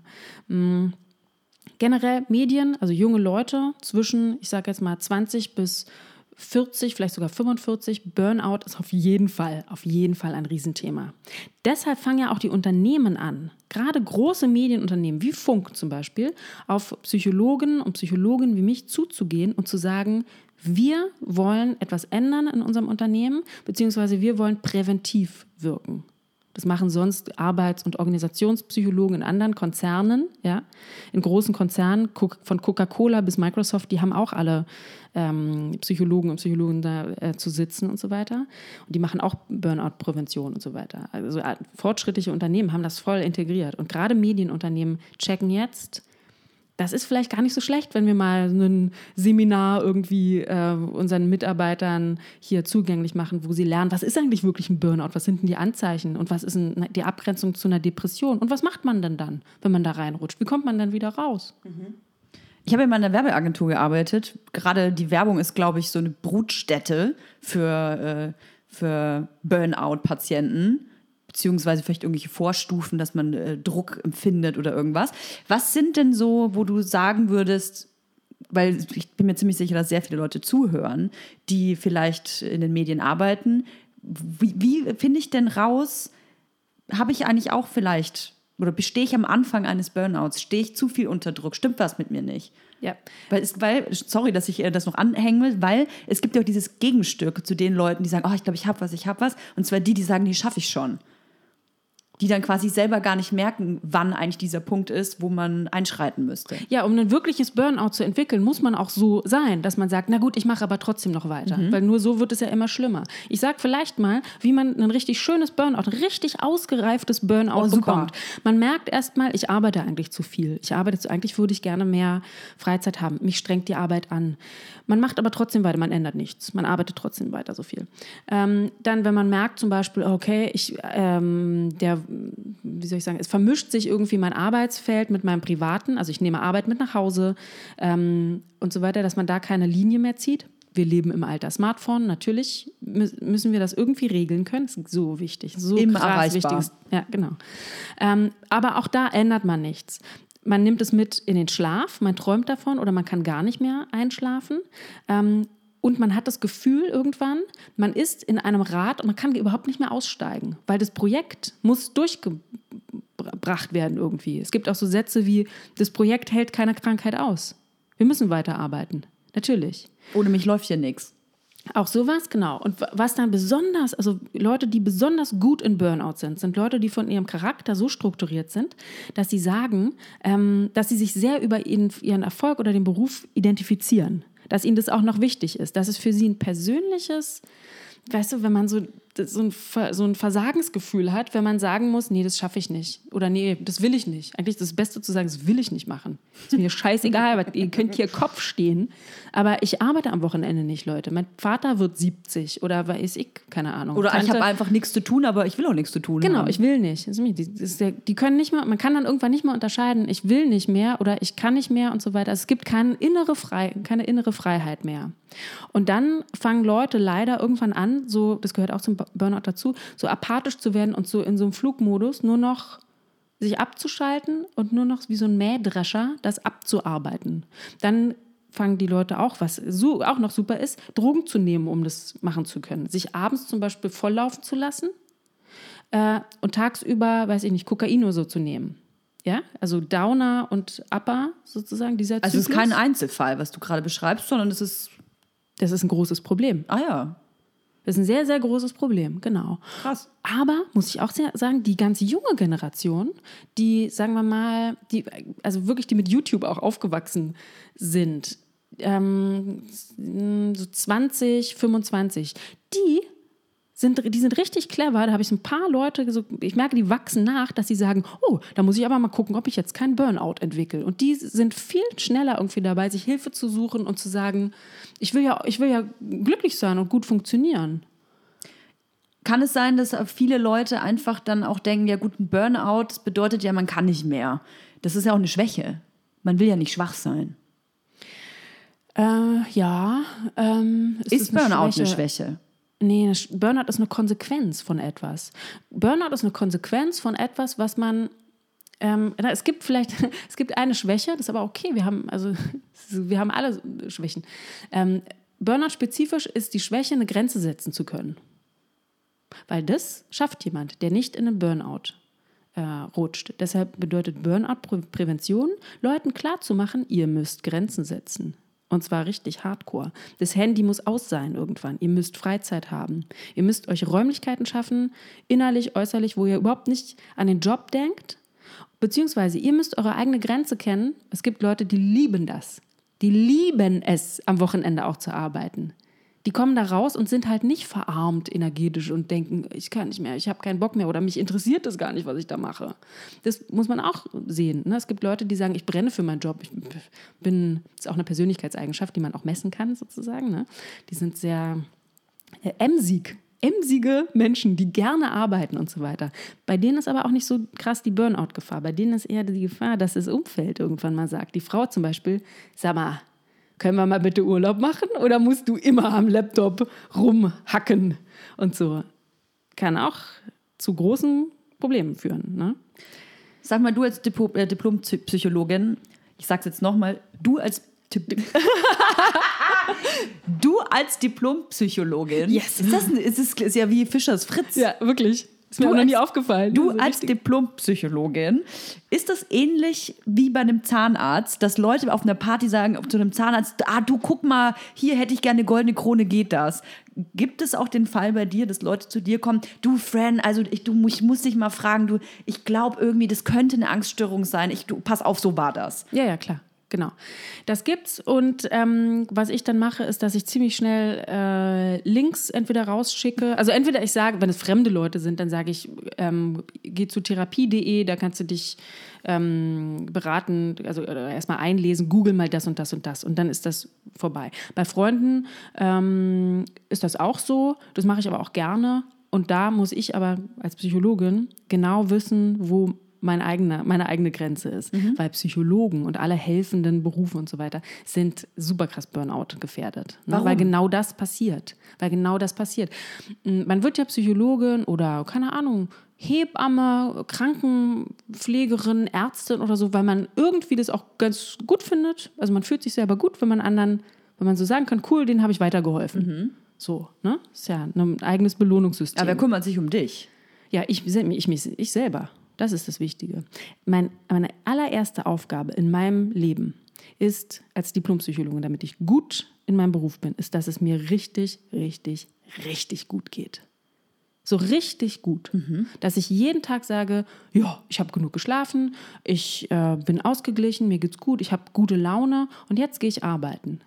Generell Medien, also junge Leute zwischen, ich sage jetzt mal 20 bis 40, vielleicht sogar 45, Burnout ist auf jeden Fall ein Riesenthema. Deshalb fangen ja auch die Unternehmen an, gerade große Medienunternehmen wie Funk zum Beispiel, auf Psychologen und Psychologinnen wie mich zuzugehen und zu sagen, wir wollen etwas ändern in unserem Unternehmen, beziehungsweise wir wollen präventiv wirken. Das machen sonst Arbeits- und Organisationspsychologen in anderen Konzernen, ja, in großen Konzernen, von Coca-Cola bis Microsoft, die haben auch alle Psychologen und Psychologen da zu sitzen und so weiter. Und die machen auch Burnout-Prävention und so weiter. Also fortschrittliche Unternehmen haben das voll integriert. Und gerade Medienunternehmen checken jetzt, das ist vielleicht gar nicht so schlecht, wenn wir mal ein Seminar irgendwie unseren Mitarbeitern hier zugänglich machen, wo sie lernen, was ist eigentlich wirklich ein Burnout, was sind denn die Anzeichen und was ist die Abgrenzung zu einer Depression und was macht man denn dann, wenn man da reinrutscht? Wie kommt man dann wieder raus? Ich habe in meiner Werbeagentur gearbeitet. Gerade die Werbung ist, glaube ich, so eine Brutstätte für Burnout-Patienten. Beziehungsweise vielleicht irgendwelche Vorstufen, dass man Druck empfindet oder irgendwas. Was sind denn so, wo du sagen würdest, weil ich bin mir ziemlich sicher, dass sehr viele Leute zuhören, die vielleicht in den Medien arbeiten. Wie finde ich denn raus, habe ich eigentlich auch vielleicht, oder stehe ich am Anfang eines Burnouts, stehe ich zu viel unter Druck, stimmt was mit mir nicht? Ja. Sorry, dass ich das noch anhängen will, weil es gibt ja auch dieses Gegenstück zu den Leuten, die sagen, ich glaube, ich habe was. Und zwar die sagen, die schaffe ich schon. Die dann quasi selber gar nicht merken, wann eigentlich dieser Punkt ist, wo man einschreiten müsste. Ja, um ein wirkliches Burnout zu entwickeln, muss man auch so sein, dass man sagt, na gut, ich mache aber trotzdem noch weiter. Weil nur so wird es ja immer schlimmer. Ich sage vielleicht mal, wie man ein richtig schönes Burnout, ein richtig ausgereiftes Burnout bekommt. Man merkt erst mal, ich arbeite eigentlich zu viel. Eigentlich würde ich gerne mehr Freizeit haben. Mich strengt die Arbeit an. Man macht aber trotzdem weiter, man ändert nichts. Man arbeitet trotzdem weiter so viel. Dann, wenn man merkt zum Beispiel, okay, es vermischt sich irgendwie mein Arbeitsfeld mit meinem Privaten, also ich nehme Arbeit mit nach Hause und so weiter, dass man da keine Linie mehr zieht. Wir leben im Alter Smartphone, natürlich müssen wir das irgendwie regeln können. Das ist so wichtig, so immer krass erreichbar. Wichtig. Ja, genau. Aber auch da ändert man nichts. Man nimmt es mit in den Schlaf, man träumt davon oder man kann gar nicht mehr einschlafen. Und man hat das Gefühl irgendwann, man ist in einem Rad und man kann überhaupt nicht mehr aussteigen, weil das Projekt muss durchgebracht werden irgendwie. Es gibt auch so Sätze wie, das Projekt hält keine Krankheit aus. Wir müssen weiterarbeiten, natürlich. Ohne mich läuft hier nichts. Auch sowas, genau. Und was dann besonders, also Leute, die besonders gut in Burnout sind Leute, die von ihrem Charakter so strukturiert sind, dass sie sagen, dass sie sich sehr über ihren Erfolg oder den Beruf identifizieren. Dass ihnen das auch noch wichtig ist, dass es für sie ein persönliches, weißt du, wenn man so so ein Versagensgefühl hat, wenn man sagen muss, nee, das schaffe ich nicht. Oder nee, das will ich nicht. Eigentlich ist das Beste zu sagen, das will ich nicht machen. Ist mir scheißegal, aber ihr könnt hier Kopf stehen. Aber ich arbeite am Wochenende nicht, Leute. Mein Vater wird 70 oder weiß ich, keine Ahnung. Oder ich habe einfach nichts zu tun, aber ich will auch nichts zu tun Genau, haben. ich will nicht. Die können nicht mehr, man kann dann irgendwann nicht mehr unterscheiden, ich will nicht mehr oder ich kann nicht mehr und so weiter. Also es gibt keine innere Freiheit mehr. Und dann fangen Leute leider irgendwann an, so, das gehört auch zum Burnout dazu, so apathisch zu werden und so in so einem Flugmodus nur noch sich abzuschalten und nur noch wie so ein Mähdrescher das abzuarbeiten. Dann fangen die Leute auch, was auch noch super ist, Drogen zu nehmen, um das machen zu können. Sich abends zum Beispiel volllaufen zu lassen und tagsüber, weiß ich nicht, Kokain oder so zu nehmen. Ja, also Downer und Upper sozusagen, dieser Zyklus. Also es ist kein Einzelfall, was du gerade beschreibst, sondern es ist... Das ist ein großes Problem. Ah ja. Das ist ein sehr, sehr großes Problem, genau. Krass. Aber, muss ich auch sagen, die ganz junge Generation, die, sagen wir mal, also wirklich die mit YouTube auch aufgewachsen sind, so 20, 25, die sind richtig clever. Da habe ich so ein paar Leute, ich merke, die wachsen nach, dass sie sagen, oh, da muss ich aber mal gucken, ob ich jetzt keinen Burnout entwickle. Und die sind viel schneller irgendwie dabei, sich Hilfe zu suchen und zu sagen, ich will ja glücklich sein und gut funktionieren. Kann es sein, dass viele Leute einfach dann auch denken, ja gut, ein Burnout, das bedeutet ja, man kann nicht mehr. Das ist ja auch eine Schwäche. Man will ja nicht schwach sein. Ja. Ist Burnout eine Schwäche? Nee, Burnout ist eine Konsequenz von etwas. Burnout ist eine Konsequenz von etwas, was man... es gibt eine Schwäche, das ist aber okay, wir haben alle Schwächen. Burnout-spezifisch ist die Schwäche, eine Grenze setzen zu können. Weil das schafft jemand, der nicht in einen Burnout rutscht. Deshalb bedeutet Burnout-Prävention, Leuten klarzumachen, ihr müsst Grenzen setzen. Und zwar richtig hardcore. Das Handy muss aus sein irgendwann. Ihr müsst Freizeit haben. Ihr müsst euch Räumlichkeiten schaffen, innerlich, äußerlich, wo ihr überhaupt nicht an den Job denkt. Beziehungsweise ihr müsst eure eigene Grenze kennen. Es gibt Leute, die lieben das. Die lieben es, am Wochenende auch zu arbeiten. Die kommen da raus und sind halt nicht verarmt energetisch und denken, ich kann nicht mehr, ich habe keinen Bock mehr oder mich interessiert das gar nicht, was ich da mache. Das muss man auch sehen. Ne? Es gibt Leute, die sagen, ich brenne für meinen Job. Das ist auch eine Persönlichkeitseigenschaft, die man auch messen kann sozusagen. Ne? Die sind sehr emsige Menschen, die gerne arbeiten und so weiter. Bei denen ist aber auch nicht so krass die Burnout-Gefahr. Bei denen ist eher die Gefahr, dass das Umfeld irgendwann mal sagt. Die Frau zum Beispiel, sag mal, können wir mal bitte Urlaub machen oder musst du immer am Laptop rumhacken und so? Kann auch zu großen Problemen führen. Ne? Sag mal, du als Diplompsychologin, ich sag's jetzt nochmal, du als Diplompsychologin. Yes. Ist ja wie Fischers Fritz. Ja, wirklich. Ist mir auch noch nie aufgefallen. Du als Diplompsychologin, ist das ähnlich wie bei einem Zahnarzt, dass Leute auf einer Party sagen zu einem Zahnarzt, du guck mal, hier hätte ich gerne eine goldene Krone, geht das? Gibt es auch den Fall bei dir, dass Leute zu dir kommen, du Fran, also ich muss dich mal fragen, ich glaube irgendwie, das könnte eine Angststörung sein, pass auf, so war das. Ja, klar. Genau, das gibt's und was ich dann mache, ist, dass ich ziemlich schnell Links entweder rausschicke, also entweder ich sage, wenn es fremde Leute sind, dann sage ich, geh zu therapie.de, da kannst du dich beraten, also erstmal einlesen, google mal das und das und das und dann ist das vorbei. Bei Freunden ist das auch so, das mache ich aber auch gerne und da muss ich aber als Psychologin genau wissen, wo meine eigene Grenze ist. Weil Psychologen und alle helfenden Berufe und so weiter sind super krass Burnout gefährdet. Ne? Warum? Weil genau das passiert. Man wird ja Psychologin oder, keine Ahnung, Hebamme, Krankenpflegerin, Ärztin oder so, weil man irgendwie das auch ganz gut findet. Also man fühlt sich selber gut, wenn man so sagen kann, cool, denen habe ich weitergeholfen. So, ne? Ist ja ein eigenes Belohnungssystem. Aber wer kümmert sich um dich? Ja, ich selber. Das ist das Wichtige. Meine allererste Aufgabe in meinem Leben ist, als Diplompsychologin, damit ich gut in meinem Beruf bin, ist, dass es mir richtig, richtig, richtig gut geht. So richtig gut. Dass ich jeden Tag sage, ja, ich habe genug geschlafen, ich bin ausgeglichen, mir geht's gut, ich habe gute Laune und jetzt gehe ich arbeiten.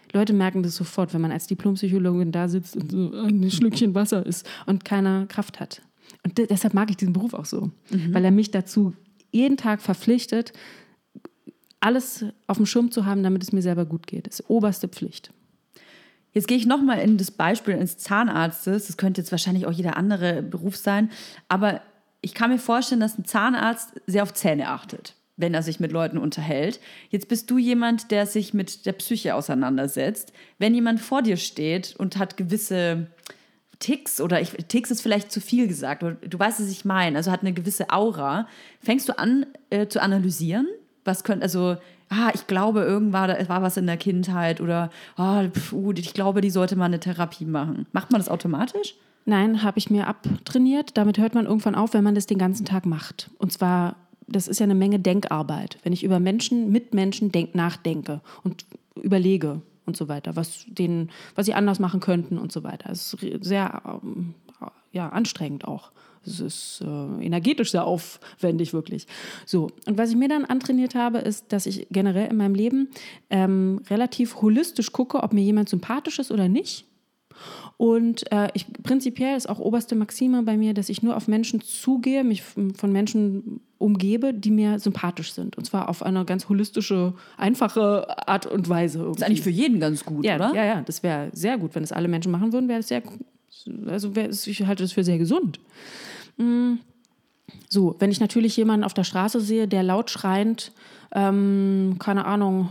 Leute merken das sofort, wenn man als Diplompsychologin da sitzt und so ein Schlückchen Wasser isst und keine Kraft hat. Und deshalb mag ich diesen Beruf auch so, weil er mich dazu jeden Tag verpflichtet, alles auf dem Schirm zu haben, damit es mir selber gut geht. Das ist oberste Pflicht. Jetzt gehe ich nochmal in das Beispiel eines Zahnarztes. Das könnte jetzt wahrscheinlich auch jeder andere Beruf sein. Aber ich kann mir vorstellen, dass ein Zahnarzt sehr auf Zähne achtet, wenn er sich mit Leuten unterhält. Jetzt bist du jemand, der sich mit der Psyche auseinandersetzt. Wenn jemand vor dir steht und hat gewisse Ticks, oder Ticks ist vielleicht zu viel gesagt, du weißt, was ich meine, also hat eine gewisse Aura, fängst du an zu analysieren? Was könnte, also, ich glaube, irgendwann war was in der Kindheit oder ich glaube, die sollte mal eine Therapie machen. Macht man das automatisch? Nein, habe ich mir abtrainiert. Damit hört man irgendwann auf, wenn man das den ganzen Tag macht. Und zwar, das ist ja eine Menge Denkarbeit. Wenn ich über Menschen, mit Menschen nachdenke und überlege und so weiter, was sie anders machen könnten und so weiter. Es ist sehr anstrengend auch. Es ist energetisch sehr aufwendig, wirklich. So, und was ich mir dann antrainiert habe, ist, dass ich generell in meinem Leben relativ holistisch gucke, ob mir jemand sympathisch ist oder nicht. Und prinzipiell ist auch oberste Maxime bei mir, dass ich nur auf Menschen zugehe, mich von Menschen umgebe, die mir sympathisch sind. Und zwar auf eine ganz holistische, einfache Art und Weise. Irgendwie. Das ist eigentlich für jeden ganz gut, oder? Ja, das wäre sehr gut. Wenn das alle Menschen machen würden, wäre es sehr, ich halte das für sehr gesund. So, wenn ich natürlich jemanden auf der Straße sehe, der laut schreiend, keine Ahnung,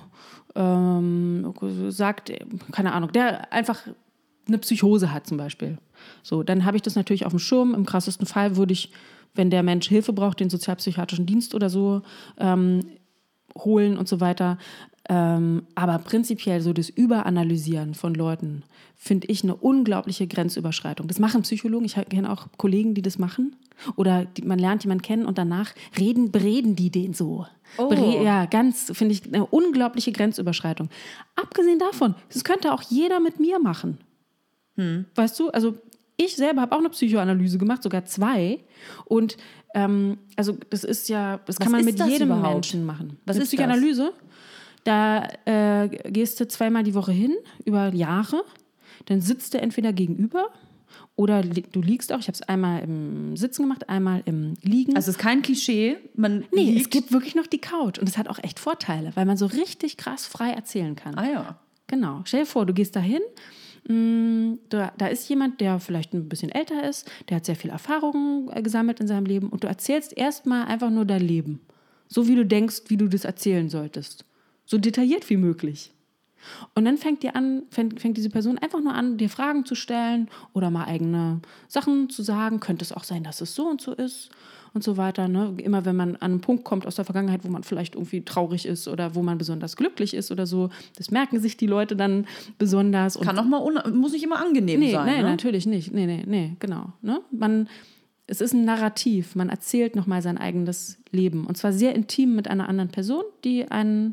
sagt, keine Ahnung, der einfach eine Psychose hat zum Beispiel. So, dann habe ich das natürlich auf dem Schirm. Im krassesten Fall würde ich, wenn der Mensch Hilfe braucht, den sozialpsychiatrischen Dienst oder so holen und so weiter. Aber prinzipiell so das Überanalysieren von Leuten finde ich eine unglaubliche Grenzüberschreitung. Das machen Psychologen. Ich kenne auch Kollegen, die das machen. Oder man lernt jemanden kennen und danach bereden die den so. Oh. Finde ich eine unglaubliche Grenzüberschreitung. Abgesehen davon, das könnte auch jeder mit mir machen. Weißt du, also ich selber habe auch eine Psychoanalyse gemacht, sogar 2. Und also das ist ja, das kann man mit jedem Menschen machen. Was ist Psychoanalyse? Da gehst du 2-mal die Woche hin, über Jahre. Dann sitzt du entweder gegenüber oder du liegst auch. Ich habe es einmal im Sitzen gemacht, einmal im Liegen. Also es ist kein Klischee. Es gibt wirklich noch die Couch. Und es hat auch echt Vorteile, weil man so richtig krass frei erzählen kann. Ah ja. Genau. Stell dir vor, du gehst da hin. Da ist jemand, der vielleicht ein bisschen älter ist, der hat sehr viel Erfahrung gesammelt in seinem Leben und du erzählst erstmal einfach nur dein Leben. So wie du denkst, wie du das erzählen solltest. So detailliert wie möglich. Und dann fängt diese Person einfach nur an, dir Fragen zu stellen oder mal eigene Sachen zu sagen. Könnte es auch sein, dass es so und so ist und so weiter. Ne? Immer wenn man an einen Punkt kommt aus der Vergangenheit, wo man vielleicht irgendwie traurig ist oder wo man besonders glücklich ist oder so, das merken sich die Leute dann besonders. Kann auch mal muss nicht immer angenehm sein. Nee, ne? natürlich nicht. Nee, genau. Ne? Es ist ein Narrativ. Man erzählt nochmal sein eigenes Leben. Und zwar sehr intim mit einer anderen Person, die einen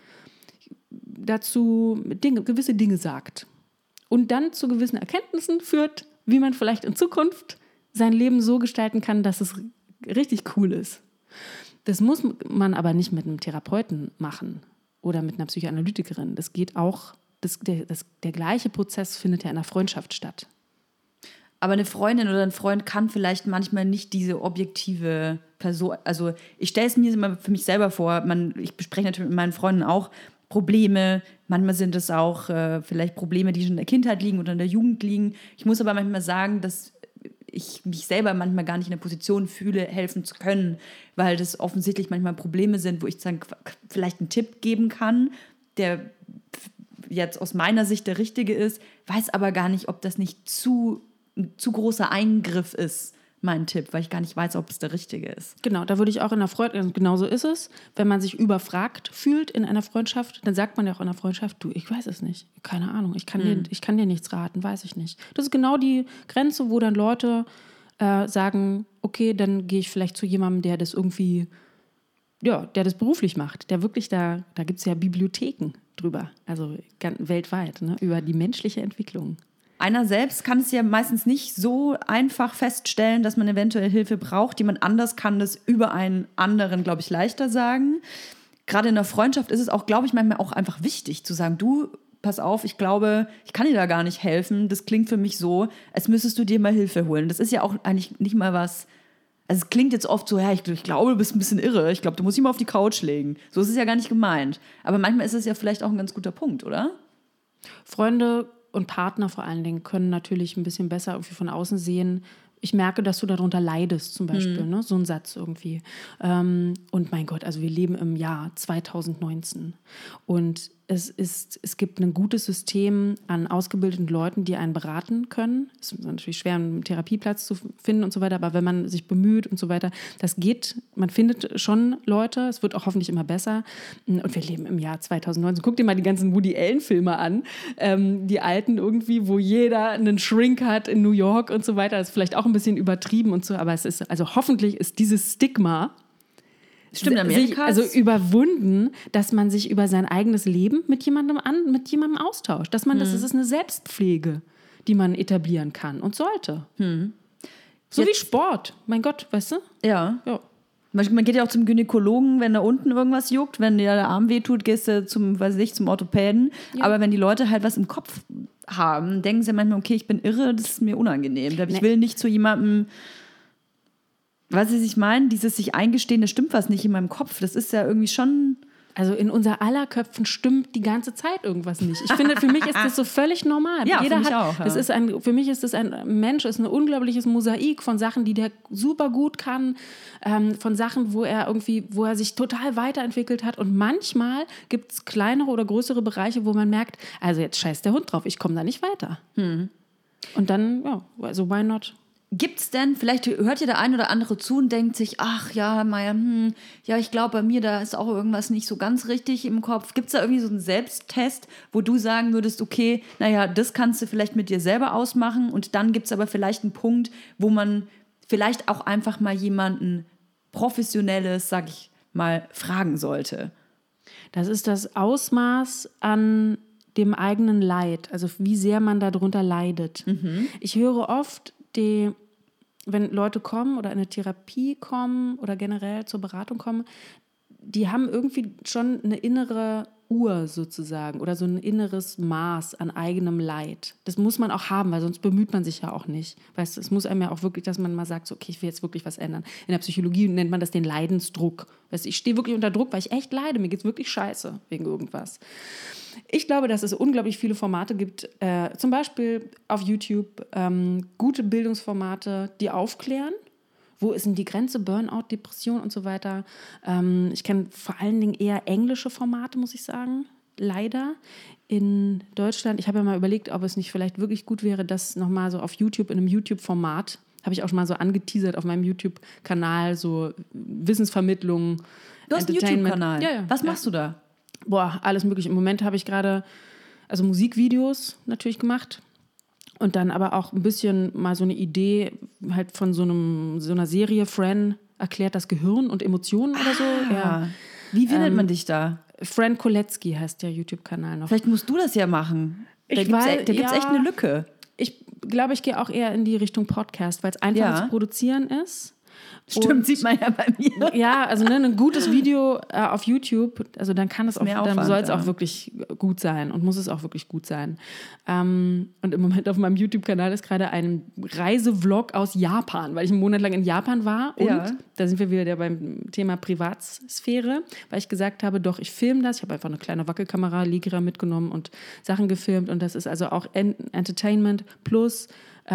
dazu gewisse Dinge sagt. Und dann zu gewissen Erkenntnissen führt, wie man vielleicht in Zukunft sein Leben so gestalten kann, dass es richtig cool ist. Das muss man aber nicht mit einem Therapeuten machen oder mit einer Psychoanalytikerin. Das geht auch, der gleiche Prozess findet ja in einer Freundschaft statt. Aber eine Freundin oder ein Freund kann vielleicht manchmal nicht diese objektive Person, also ich stelle es mir immer für mich selber vor, ich bespreche natürlich mit meinen Freunden auch Probleme, manchmal sind es auch vielleicht Probleme, die schon in der Kindheit liegen oder in der Jugend liegen. Ich muss aber manchmal sagen, dass ich mich selber manchmal gar nicht in der Position fühle, helfen zu können, weil das offensichtlich manchmal Probleme sind, wo ich dann vielleicht einen Tipp geben kann, der jetzt aus meiner Sicht der richtige ist, weiß aber gar nicht, ob das nicht ein zu großer Eingriff ist, mein Tipp, weil ich gar nicht weiß, ob es der richtige ist. Genau, da würde ich auch in einer Freundschaft, genauso ist es, wenn man sich überfragt fühlt in einer Freundschaft, dann sagt man ja auch in einer Freundschaft, du, ich weiß es nicht, keine Ahnung, ich kann dir nichts raten, weiß ich nicht. Das ist genau die Grenze, wo dann Leute sagen, okay, dann gehe ich vielleicht zu jemandem, der das irgendwie, der das beruflich macht, der wirklich da gibt es ja Bibliotheken drüber, also weltweit, ne, über die menschliche Entwicklung. Einer selbst kann es ja meistens nicht so einfach feststellen, dass man eventuell Hilfe braucht. Jemand anders kann das über einen anderen, glaube ich, leichter sagen. Gerade in der Freundschaft ist es auch, glaube ich, manchmal auch einfach wichtig zu sagen, du, pass auf, ich glaube, ich kann dir da gar nicht helfen. Das klingt für mich so, als müsstest du dir mal Hilfe holen. Das ist ja auch eigentlich nicht mal was, also es klingt jetzt oft so, ja, ich glaube, du bist ein bisschen irre. Ich glaube, du musst dich mal auf die Couch legen. So ist es ja gar nicht gemeint. Aber manchmal ist es ja vielleicht auch ein ganz guter Punkt, oder? Freunde und Partner vor allen Dingen können natürlich ein bisschen besser irgendwie von außen sehen. Ich merke, dass du darunter leidest, zum Beispiel, ne? So ein Satz irgendwie. Und mein Gott, also wir leben im Jahr 2019 und es gibt ein gutes System an ausgebildeten Leuten, die einen beraten können. Es ist natürlich schwer, einen Therapieplatz zu finden und so weiter, aber wenn man sich bemüht und so weiter, das geht. Man findet schon Leute, es wird auch hoffentlich immer besser. Und wir leben im Jahr 2019. Guck dir mal die ganzen Woody Allen-Filme an, die alten irgendwie, wo jeder einen Shrink hat in New York und so weiter. Das ist vielleicht auch ein bisschen übertrieben und so, aber es ist, also hoffentlich ist dieses Stigma Stimmt, Amerika also überwunden, dass man sich über sein eigenes Leben mit jemandem austauscht. Dass man, das ist eine Selbstpflege, die man etablieren kann und sollte. So wie Sport. Mein Gott, weißt du? Ja. Man geht ja auch zum Gynäkologen, wenn da unten irgendwas juckt, wenn dir der Arm wehtut, gehst du zum Orthopäden. Ja. Aber wenn die Leute halt was im Kopf haben, denken sie manchmal, okay, ich bin irre, das ist mir unangenehm. Ich will nicht zu jemandem. Was ich meine, dieses sich eingestehen, das stimmt was nicht in meinem Kopf. Das ist ja irgendwie schon... Also in unser aller Köpfen stimmt die ganze Zeit irgendwas nicht. Ich finde, für mich ist das so völlig normal. Ja, für mich auch. Ja. Für mich ist das ein Mensch, ist ein unglaubliches Mosaik von Sachen, die der super gut kann, von Sachen, wo er sich total weiterentwickelt hat. Und manchmal gibt es kleinere oder größere Bereiche, wo man merkt, also jetzt scheißt der Hund drauf, ich komme da nicht weiter. Und dann, ja, also why not? Gibt's denn, vielleicht hört ja der ein oder andere zu und denkt sich, ach ja, Maja, ja, ich glaube, bei mir, da ist auch irgendwas nicht so ganz richtig im Kopf. Gibt's da irgendwie so einen Selbsttest, wo du sagen würdest, okay, naja, das kannst du vielleicht mit dir selber ausmachen und dann gibt's aber vielleicht einen Punkt, wo man vielleicht auch einfach mal jemanden Professionelles, sag ich mal, fragen sollte? Das ist das Ausmaß an dem eigenen Leid, also wie sehr man darunter leidet. Ich höre oft, wenn Leute kommen oder in eine Therapie kommen oder generell zur Beratung kommen, die haben irgendwie schon eine innere Uhr sozusagen oder so ein inneres Maß an eigenem Leid. Das muss man auch haben, weil sonst bemüht man sich ja auch nicht. Weißt du, es muss einem ja auch wirklich, dass man mal sagt, so, okay, ich will jetzt wirklich was ändern. In der Psychologie nennt man das den Leidensdruck. Weißt du, ich stehe wirklich unter Druck, weil ich echt leide. Mir geht's wirklich scheiße wegen irgendwas. Ich glaube, dass es unglaublich viele Formate gibt, zum Beispiel auf YouTube, gute Bildungsformate, die aufklären. Wo ist denn die Grenze? Burnout, Depression und so weiter. Ich kenne vor allen Dingen eher englische Formate, muss ich sagen. Leider. In Deutschland, ich habe ja mal überlegt, ob es nicht vielleicht wirklich gut wäre, das nochmal so auf YouTube, in einem YouTube-Format, habe ich auch schon mal so angeteasert auf meinem YouTube-Kanal, so Wissensvermittlung. Du hast einen YouTube-Kanal? Ja. Was machst du da? Boah, alles mögliche. Im Moment habe ich gerade Musikvideos natürlich gemacht und dann aber auch ein bisschen mal so eine Idee halt von so einer Serie, Fran erklärt das Gehirn und Emotionen oder so. Ja. Wie findet man dich da? Fran Koletzki heißt der YouTube-Kanal noch. Vielleicht musst du das ja machen. Da gibt es echt eine Lücke. Ich glaube, ich gehe auch eher in die Richtung Podcast, weil es einfach zu produzieren ist. Stimmt, sieht man ja bei mir. Ja, also ein gutes Video auf YouTube, also dann kann es auch, dann soll es auch wirklich gut sein und muss es auch wirklich gut sein. Und im Moment auf meinem YouTube-Kanal ist gerade ein Reisevlog aus Japan, weil ich einen Monat lang in Japan war und da sind wir wieder beim Thema Privatsphäre, weil ich gesagt habe, doch, ich filme das. Ich habe einfach eine kleine Wackelkamera, Ligra mitgenommen und Sachen gefilmt und das ist also auch Entertainment plus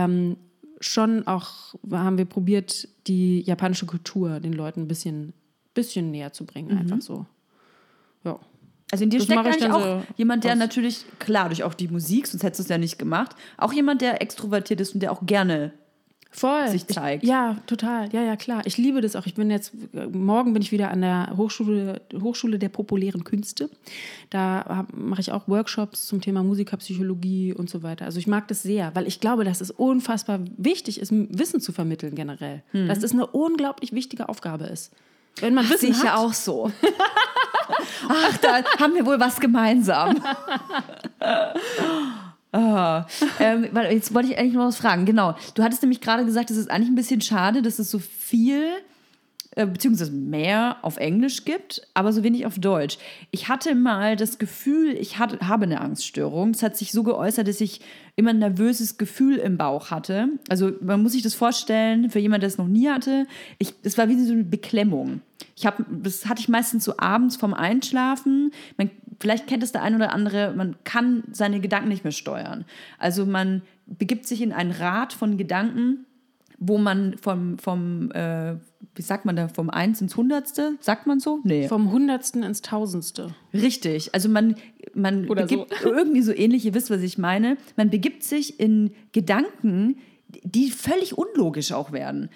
schon auch haben wir probiert, die japanische Kultur den Leuten ein bisschen näher zu bringen, einfach so. Ja. Also in dir steckt eigentlich auch jemand, der natürlich, klar, durch auch die Musik, sonst hättest du es ja nicht gemacht, auch jemand, der extrovertiert ist und der auch gerne sich zeigt. Ja, total. Ja, klar. Ich liebe das auch. Morgen bin ich wieder an der Hochschule der populären Künste. Da mache ich auch Workshops zum Thema Musikerpsychologie und so weiter. Also ich mag das sehr, weil ich glaube, dass es unfassbar wichtig ist, Wissen zu vermitteln generell. Dass das eine unglaublich wichtige Aufgabe ist. Wenn man Wissen hat. Sehe ich ja auch so. Ach, da haben wir wohl was gemeinsam. Weil jetzt wollte ich eigentlich noch was fragen. Genau, du hattest nämlich gerade gesagt, es ist eigentlich ein bisschen schade, dass es so viel beziehungsweise mehr auf Englisch gibt, aber so wenig auf Deutsch. Ich hatte mal das Gefühl, ich habe eine Angststörung. Es hat sich so geäußert, dass ich immer ein nervöses Gefühl im Bauch hatte. Also man muss sich das vorstellen, für jemanden, der es noch nie hatte, es war wie so eine Beklemmung. Das hatte ich meistens so abends vorm Einschlafen. Vielleicht kennt es der eine oder andere, man kann seine Gedanken nicht mehr steuern. Also man begibt sich in ein Rad von Gedanken, wo man wie sagt man da, vom 1 ins 100. Sagt man so? Nee. Vom 100. ins 1000. Richtig. Also man oder begibt so. Irgendwie so ähnlich, ihr wisst, was ich meine. Man begibt sich in Gedanken, die völlig unlogisch auch werden.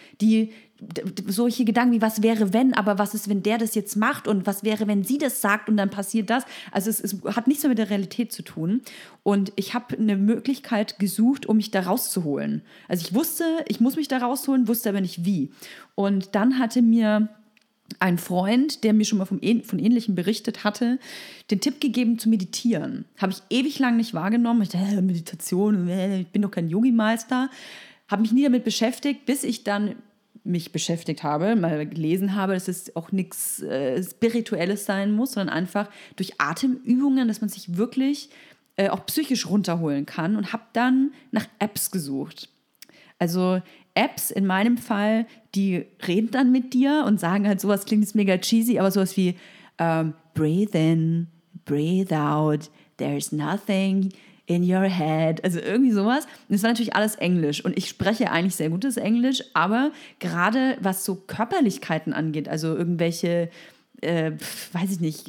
Solche Gedanken wie, was wäre wenn, aber was ist, wenn der das jetzt macht und was wäre, wenn sie das sagt und dann passiert das. Also es hat nichts mehr mit der Realität zu tun. Und ich habe eine Möglichkeit gesucht, um mich da rauszuholen. Also ich wusste, ich muss mich da rausholen, wusste aber nicht wie. Und dann hatte mir ein Freund, der mir schon mal von Ähnlichem berichtet hatte, den Tipp gegeben zu meditieren. Habe ich ewig lang nicht wahrgenommen. Ich dachte, Meditation, ich bin doch kein Yogi-Meister. Habe mich nie damit beschäftigt, bis ich dann mich beschäftigt habe, mal gelesen habe, dass es auch nichts Spirituelles sein muss, sondern einfach durch Atemübungen, dass man sich wirklich auch psychisch runterholen kann, und habe dann nach Apps gesucht. Also Apps in meinem Fall, die reden dann mit dir und sagen halt sowas, klingt jetzt mega cheesy, aber sowas wie breathe in, breathe out, there's nothing in your head, also irgendwie sowas. Und das war natürlich alles Englisch und ich spreche eigentlich sehr gutes Englisch, aber gerade was so Körperlichkeiten angeht, also irgendwelche, weiß ich nicht,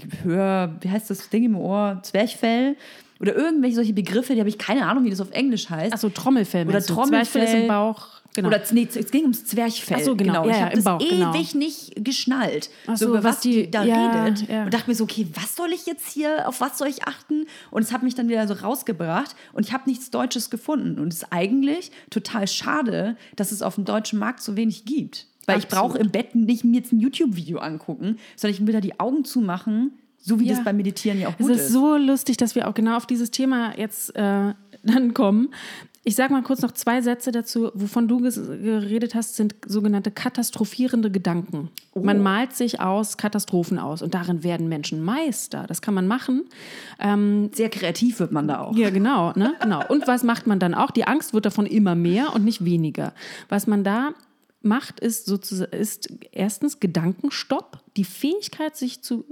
wie heißt das Ding im Ohr, Zwerchfell oder irgendwelche solche Begriffe, die habe ich keine Ahnung, wie das auf Englisch heißt. Achso, Trommelfell. Oder Trommelfell ist im Bauch. Genau. Oder nee, es ging ums Zwerchfell. Ach so, genau. Ich Ja, habe im das Bauch, ewig nicht geschnallt, so, über was die da redet. Ja. Und dachte mir so, okay, was soll ich jetzt hier, auf was soll ich achten? Und es hat mich dann wieder so rausgebracht und ich habe nichts Deutsches gefunden. Und es ist eigentlich total schade, dass es auf dem deutschen Markt so wenig gibt. Weil ich brauche im Bett nicht mir jetzt ein YouTube-Video angucken, sondern ich will da die Augen zumachen, so wie das beim Meditieren ja auch gut ist. Es ist so lustig, dass wir auch genau auf dieses Thema jetzt dann kommen. Ich sage mal kurz noch 2 Sätze dazu. Wovon du geredet hast, sind sogenannte katastrophierende Gedanken. Oh. Man malt sich Katastrophen aus und darin werden Menschen Meister. Das kann man machen. Sehr kreativ wird man da auch. Ja, genau. Ne? Genau. Und was macht man dann auch? Die Angst wird davon immer mehr und nicht weniger. Was man da macht, ist erstens Gedankenstopp, die Fähigkeit, sich zu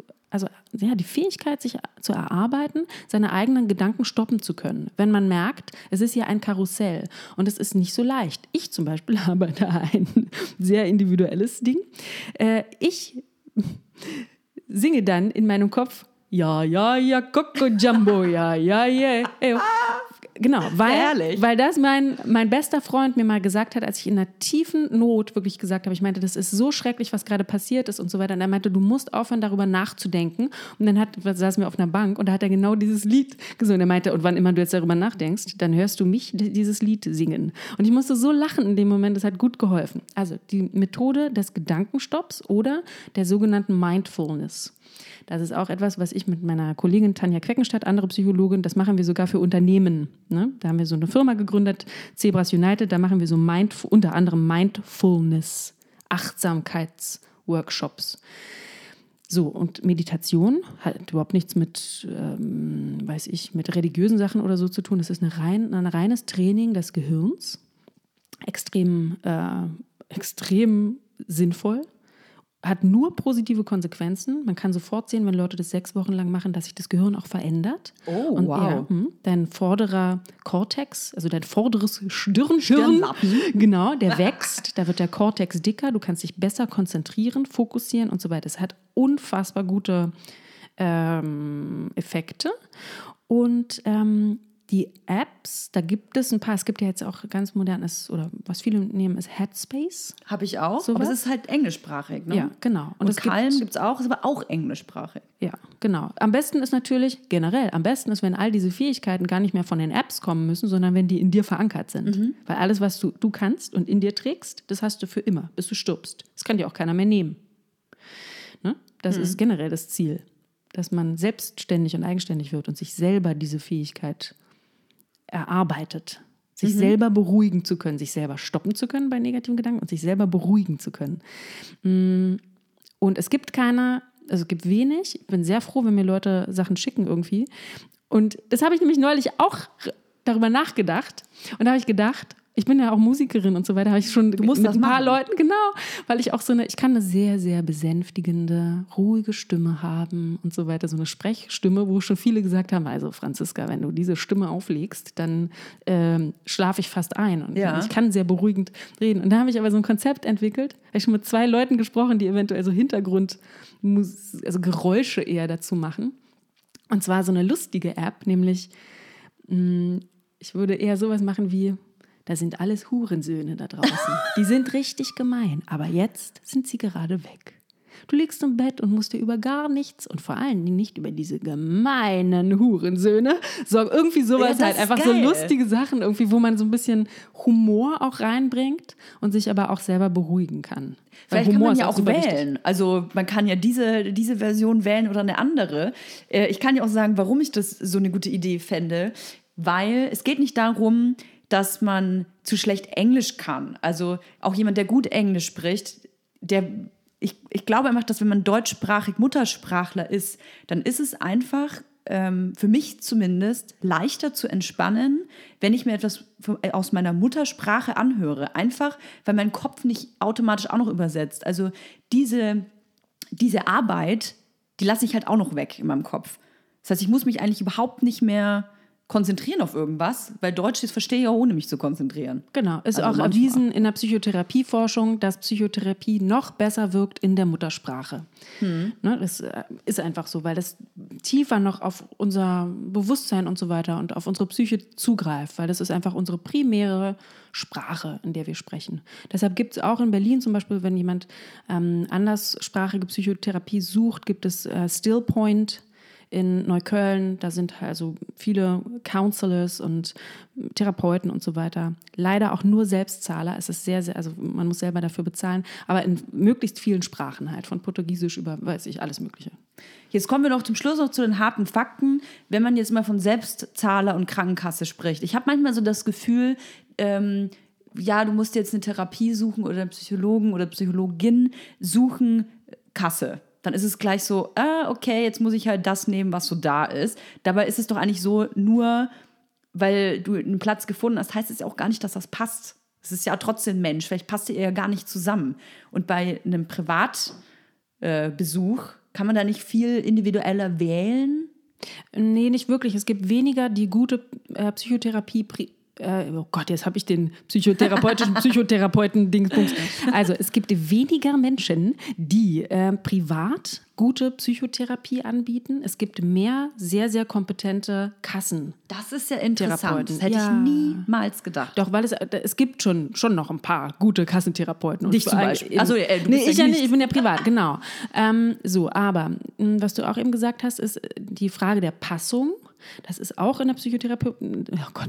erarbeiten, seine eigenen Gedanken stoppen zu können. Wenn man merkt, es ist ja ein Karussell und es ist nicht so leicht. Ich zum Beispiel habe da ein sehr individuelles Ding. Ich singe dann in meinem Kopf, ja, Coco Jumbo, ja, yeah. Genau, weil das mein bester Freund mir mal gesagt hat, als ich in einer tiefen Not wirklich gesagt habe, ich meinte, das ist so schrecklich, was gerade passiert ist und so weiter. Und er meinte, du musst aufhören, darüber nachzudenken. Und dann saßen wir auf einer Bank und da hat er genau dieses Lied gesungen. Er meinte, und wann immer du jetzt darüber nachdenkst, dann hörst du mich dieses Lied singen. Und ich musste so lachen in dem Moment, das hat gut geholfen. Also die Methode des Gedankenstopps oder der sogenannten Mindfulness. Das ist auch etwas, was ich mit meiner Kollegin Tanja Queckenstadt, andere Psychologin, das machen wir sogar für Unternehmen. Ne? Da haben wir so eine Firma gegründet, Zebras United, da machen wir so unter anderem Mindfulness, Achtsamkeitsworkshops. So, und Meditation hat überhaupt nichts mit, mit religiösen Sachen oder so zu tun. Es ist ein reines Training des Gehirns, extrem sinnvoll. Hat nur positive Konsequenzen. Man kann sofort sehen, wenn Leute das 6 Wochen lang machen, dass sich das Gehirn auch verändert. Oh, und wow. Dein vorderer Kortex, also dein vorderes Stirnlappen, genau, der wächst. Da wird der Kortex dicker. Du kannst dich besser konzentrieren, fokussieren und so weiter. Es hat unfassbar gute Effekte. Und die Apps, da gibt es ein paar. Es gibt ja jetzt auch ganz modernes, oder was viele nehmen, ist Headspace. Habe ich auch, so aber es ist halt englischsprachig. Ne? Ja, genau. Und Calm gibt es auch, ist aber auch englischsprachig. Ja, genau. Am besten ist, wenn all diese Fähigkeiten gar nicht mehr von den Apps kommen müssen, sondern wenn die in dir verankert sind. Mhm. Weil alles, was du kannst und in dir trägst, das hast du für immer, bis du stirbst. Das kann dir auch keiner mehr nehmen. Ne? Das ist generell das Ziel, dass man selbstständig und eigenständig wird und sich selber diese Fähigkeit erarbeitet. Sich selber beruhigen zu können, sich selber stoppen zu können bei negativen Gedanken und sich selber beruhigen zu können. Und es gibt wenig. Ich bin sehr froh, wenn mir Leute Sachen schicken irgendwie. Und das habe ich nämlich neulich auch darüber nachgedacht. Und da habe ich gedacht, ich bin ja auch Musikerin und so weiter, habe ich schon mit ein paar Leuten, genau, weil ich auch ich kann eine sehr, sehr besänftigende, ruhige Stimme haben und so weiter, so eine Sprechstimme, wo schon viele gesagt haben, also Franziska, wenn du diese Stimme auflegst, dann schlafe ich fast ein und ich kann sehr beruhigend reden. Und da habe ich aber so ein Konzept entwickelt, habe ich schon mit 2 Leuten gesprochen, die eventuell so also Geräusche eher dazu machen. Und zwar so eine lustige App, nämlich ich würde eher sowas machen wie: Da sind alles Hurensöhne da draußen. Die sind richtig gemein, aber jetzt sind sie gerade weg. Du liegst im Bett und musst dir über gar nichts und vor allen Dingen nicht über diese gemeinen Hurensöhne sorgen. Irgendwie sowas halt, einfach geil. So lustige Sachen irgendwie, wo man so ein bisschen Humor auch reinbringt und sich aber auch selber beruhigen kann. Vielleicht kann man ja auch wählen. Also man kann ja diese Version wählen oder eine andere. Ich kann ja auch sagen, warum ich das so eine gute Idee fände, weil es geht nicht darum, dass man zu schlecht Englisch kann. Also auch jemand, der gut Englisch spricht, ich glaube einfach, dass wenn man deutschsprachig Muttersprachler ist, dann ist es einfach, für mich zumindest, leichter zu entspannen, wenn ich mir etwas aus meiner Muttersprache anhöre. Einfach, weil mein Kopf nicht automatisch auch noch übersetzt. Also diese Arbeit, die lasse ich halt auch noch weg in meinem Kopf. Das heißt, ich muss mich eigentlich überhaupt nicht mehr konzentrieren auf irgendwas, weil Deutsch, das verstehe ich ja, ohne mich zu konzentrieren. Genau, ist also auch erwiesen in der Psychotherapieforschung, dass Psychotherapie noch besser wirkt in der Muttersprache. Ne, das ist einfach so, weil das tiefer noch auf unser Bewusstsein und so weiter und auf unsere Psyche zugreift, weil das ist einfach unsere primäre Sprache, in der wir sprechen. Deshalb gibt es auch in Berlin zum Beispiel, wenn jemand anderssprachige Psychotherapie sucht, gibt es Stillpoint in Neukölln, da sind also viele Counselors und Therapeuten und so weiter. Leider auch nur Selbstzahler. Es ist sehr, sehr, also man muss selber dafür bezahlen, aber in möglichst vielen Sprachen halt, von Portugiesisch über, weiß ich, alles Mögliche. Jetzt kommen wir noch zum Schluss noch zu den harten Fakten, wenn man jetzt mal von Selbstzahler und Krankenkasse spricht. Ich habe manchmal so das Gefühl, du musst jetzt eine Therapie suchen oder einen Psychologen oder Psychologin suchen, Kasse. Dann ist es gleich so, okay, jetzt muss ich halt das nehmen, was so da ist. Dabei ist es doch eigentlich so, nur weil du einen Platz gefunden hast, heißt es ja auch gar nicht, dass das passt. Es ist ja trotzdem ein Mensch, vielleicht passt ihr ja gar nicht zusammen. Und bei einem Privatbesuch kann man da nicht viel individueller wählen? Nee, nicht wirklich. Es gibt weniger, die gute Psychotherapie oh Gott, jetzt habe ich den Psychotherapeuten-Dingsbums. Also es gibt weniger Menschen, die privat gute Psychotherapie anbieten. Es gibt mehr sehr, sehr kompetente Kassen. Das ist ja interessant. Das hätte ich niemals gedacht. Doch, weil es gibt schon noch ein paar gute Kassentherapeuten. Dich zum Beispiel. Also, ich ja nicht, ich bin ja privat, genau. Aber was du auch eben gesagt hast, ist die Frage der Passung. Das ist auch in der Psychotherapie, in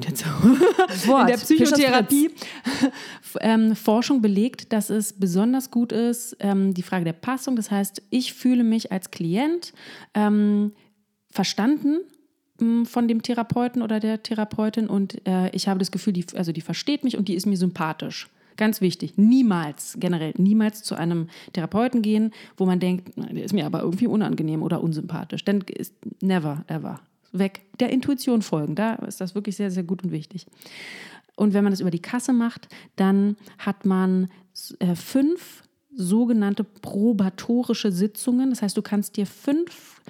der Psychotherapie Forschung belegt, dass es besonders gut ist, die Frage der Passung. Das heißt, ich fühle mich als Klient verstanden von dem Therapeuten oder der Therapeutin und ich habe das Gefühl, die versteht mich und die ist mir sympathisch. Ganz wichtig, generell niemals zu einem Therapeuten gehen, wo man denkt, der ist mir aber irgendwie unangenehm oder unsympathisch. Dann ist never, ever. Weg, der Intuition folgen. Da ist das wirklich sehr, sehr gut und wichtig. Und wenn man das über die Kasse macht, dann hat man 5 sogenannte probatorische Sitzungen. Das heißt, du kannst dir im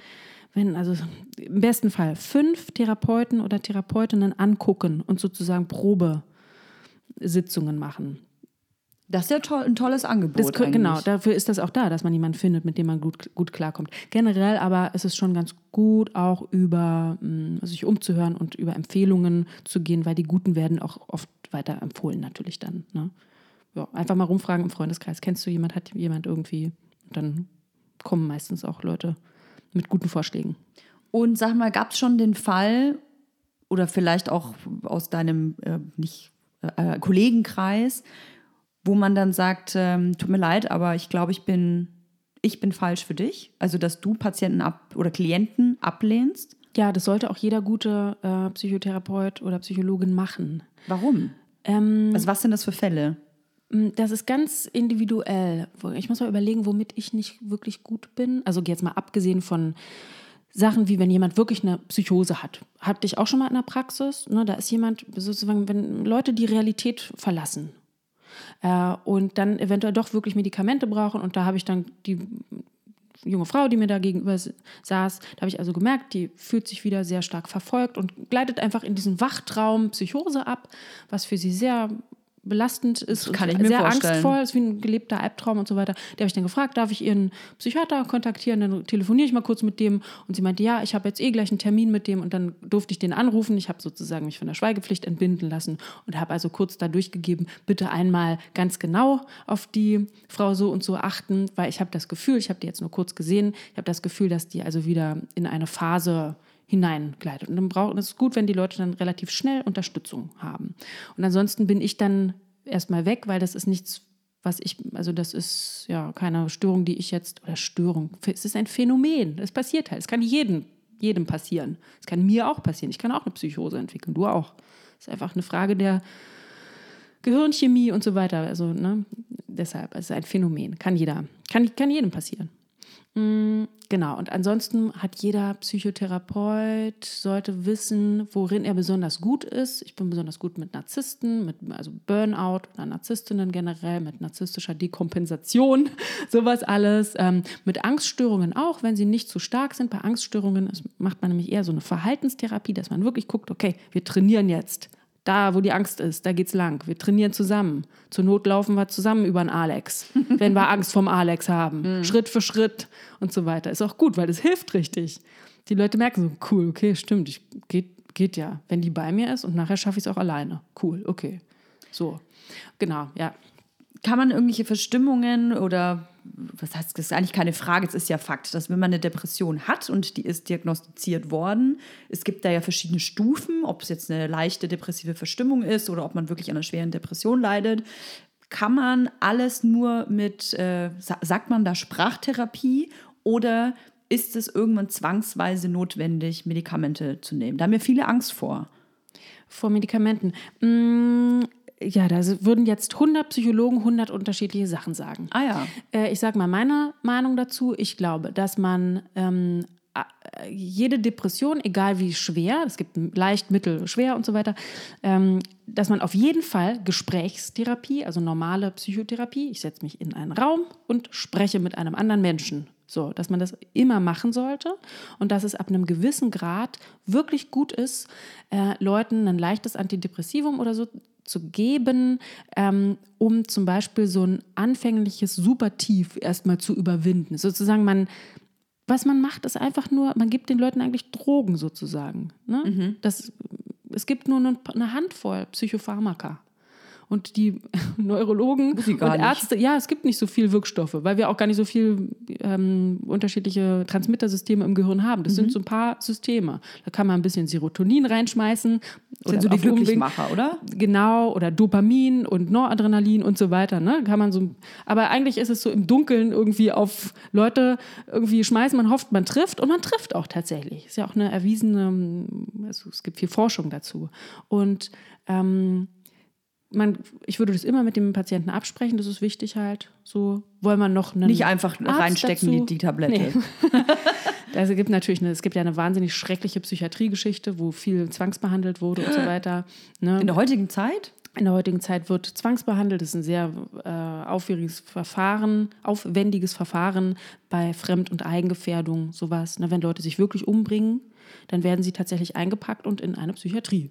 besten Fall 5 Therapeuten oder Therapeutinnen angucken und sozusagen Probesitzungen machen. Das ist ja ein tolles Angebot. Genau, dafür ist das auch da, dass man jemanden findet, mit dem man gut klarkommt. Generell aber ist es schon ganz gut, auch über sich umzuhören und über Empfehlungen zu gehen, weil die Guten werden auch oft weiter empfohlen natürlich dann. Ne? Ja, einfach mal rumfragen im Freundeskreis. Kennst du jemanden, hat jemand irgendwie? Dann kommen meistens auch Leute mit guten Vorschlägen. Und sag mal, gab es schon den Fall oder vielleicht auch aus deinem Kollegenkreis, wo man dann sagt, tut mir leid, aber ich glaube, ich bin falsch für dich. Also, dass du Patienten oder Klienten ablehnst? Ja, das sollte auch jeder gute Psychotherapeut oder Psychologin machen. Warum? Also was sind das für Fälle? Das ist ganz individuell. Ich muss mal überlegen, womit ich nicht wirklich gut bin. Also jetzt mal abgesehen von Sachen wie, wenn jemand wirklich eine Psychose hat. Hatte ich auch schon mal in der Praxis. Ne, da ist jemand, sozusagen, wenn Leute die Realität verlassen und dann eventuell doch wirklich Medikamente brauchen. Und da habe ich dann die junge Frau, die mir da gegenüber saß, da habe ich also gemerkt, die fühlt sich wieder sehr stark verfolgt und gleitet einfach in diesen Wachtraum Psychose ab, was für sie sehr belastend ist und sehr angstvoll, ist wie ein gelebter Albtraum und so weiter. Da habe ich dann gefragt, darf ich Ihren Psychiater kontaktieren? Dann telefoniere ich mal kurz mit dem und sie meinte, ja, ich habe jetzt gleich einen Termin mit dem und dann durfte ich den anrufen. Ich habe sozusagen mich von der Schweigepflicht entbinden lassen und habe also kurz da durchgegeben, bitte einmal ganz genau auf die Frau so und so achten, weil ich habe das Gefühl, ich habe die jetzt nur kurz gesehen, ich habe das Gefühl, dass die also wieder in eine Phase hineingleitet. Und dann es ist gut, wenn die Leute dann relativ schnell Unterstützung haben. Und ansonsten bin ich dann erstmal weg, weil das ist nichts, also das ist ja keine Störung, die ich jetzt, oder Störung, es ist ein Phänomen, das passiert halt, es kann jedem passieren. Es kann mir auch passieren, ich kann auch eine Psychose entwickeln, du auch. Es ist einfach eine Frage der Gehirnchemie und so weiter, also ne, deshalb, es ist ein Phänomen, kann jedem passieren. Genau, und ansonsten hat jeder Psychotherapeut, sollte wissen, worin er besonders gut ist. Ich bin besonders gut mit Narzissten, also Burnout oder Narzisstinnen generell, mit narzisstischer Dekompensation, sowas alles. Mit Angststörungen auch, wenn sie nicht zu stark sind. Bei Angststörungen macht man nämlich eher so eine Verhaltenstherapie, dass man wirklich guckt, okay, wir trainieren jetzt. Da, wo die Angst ist, da geht's lang. Wir trainieren zusammen. Zur Not laufen wir zusammen über einen Alex, wenn wir Angst vorm Alex haben. Schritt für Schritt und so weiter. Ist auch gut, weil das hilft richtig. Die Leute merken so, cool, okay, stimmt, geht ja. Wenn die bei mir ist und nachher schaffe ich es auch alleine. Cool, okay. So, genau, ja. Kann man irgendwelche Verstimmungen oder, was heißt, das ist eigentlich keine Frage, es ist ja Fakt, dass wenn man eine Depression hat und die ist diagnostiziert worden, es gibt da ja verschiedene Stufen, ob es jetzt eine leichte depressive Verstimmung ist oder ob man wirklich an einer schweren Depression leidet, kann man alles nur mit, sagt man da Sprachtherapie oder ist es irgendwann zwangsweise notwendig, Medikamente zu nehmen? Da haben ja viele Angst vor. Vor Medikamenten. Ja, da würden jetzt 100 Psychologen 100 unterschiedliche Sachen sagen. Ah ja. Ich sage mal meine Meinung dazu. Ich glaube, dass man jede Depression, egal wie schwer, es gibt leicht, mittel, schwer und so weiter, dass man auf jeden Fall Gesprächstherapie, also normale Psychotherapie, ich setze mich in einen Raum und spreche mit einem anderen Menschen. So, dass man das immer machen sollte und dass es ab einem gewissen Grad wirklich gut ist, Leuten ein leichtes Antidepressivum oder so zu geben, um zum Beispiel so ein anfängliches Supertief erstmal zu überwinden. Sozusagen was man macht, ist einfach nur, man gibt den Leuten eigentlich Drogen sozusagen. Ne? Es gibt nur eine Handvoll Psychopharmaka. Und die Neurologen und Ärzte, ja, es gibt nicht so viel Wirkstoffe, weil wir auch gar nicht so viel unterschiedliche Transmittersysteme im Gehirn haben. Das sind so ein paar Systeme. Da kann man ein bisschen Serotonin reinschmeißen. Das sind so die Glücklichmacher, oder? Genau, oder Dopamin und Noradrenalin und so weiter. Ne? Kann man so, aber eigentlich ist es so im Dunkeln irgendwie auf Leute irgendwie schmeißen, man hofft, man trifft und man trifft auch tatsächlich. Ist ja auch eine erwiesene, also es gibt viel Forschung dazu. Und ich würde das immer mit dem Patienten absprechen, das ist wichtig halt. So wollen wir noch einen nicht einfach Arzt reinstecken, dazu? die Tablette. Nee. Es gibt ja eine wahnsinnig schreckliche Psychiatriegeschichte, wo viel zwangsbehandelt wurde und so weiter. Ne? In der heutigen Zeit? In der heutigen Zeit wird zwangsbehandelt. Das ist ein sehr aufwendiges Verfahren bei Fremd- und Eigengefährdung, sowas. Ne? Wenn Leute sich wirklich umbringen, dann werden sie tatsächlich eingepackt und in eine Psychiatrie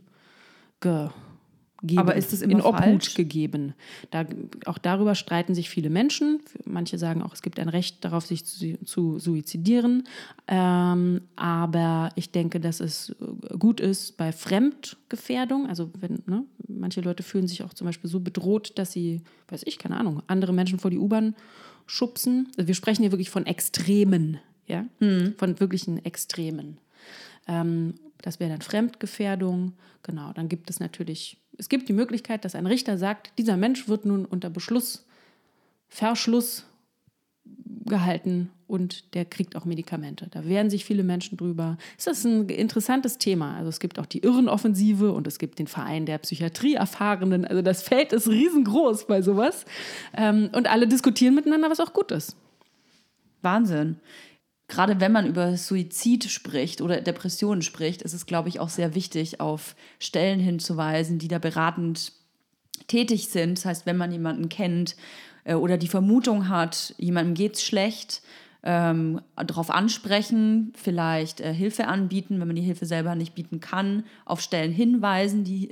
aber ist das immer in Obhut falsch? gegeben. Auch darüber streiten sich viele Menschen. Manche sagen auch, es gibt ein Recht darauf, sich zu suizidieren. Aber ich denke, dass es gut ist bei Fremdgefährdung. Also manche Leute fühlen sich auch zum Beispiel so bedroht, dass sie, keine Ahnung, andere Menschen vor die U-Bahn schubsen. Also wir sprechen hier wirklich von Extremen, ja? Von wirklichen Extremen. Das wäre dann Fremdgefährdung. Genau, dann gibt es natürlich, es gibt die Möglichkeit, dass ein Richter sagt, dieser Mensch wird nun unter Verschluss gehalten und der kriegt auch Medikamente. Da wehren sich viele Menschen drüber. Es ist ein interessantes Thema. Also es gibt auch die Irrenoffensive und es gibt den Verein der Psychiatrieerfahrenen. Also das Feld ist riesengroß bei sowas. Und alle diskutieren miteinander, was auch gut ist. Wahnsinn. Gerade wenn man über Suizid spricht oder Depressionen spricht, ist es, glaube ich, auch sehr wichtig, auf Stellen hinzuweisen, die da beratend tätig sind. Das heißt, wenn man jemanden kennt oder die Vermutung hat, jemandem geht es schlecht, darauf ansprechen, vielleicht Hilfe anbieten, wenn man die Hilfe selber nicht bieten kann, auf Stellen hinweisen, die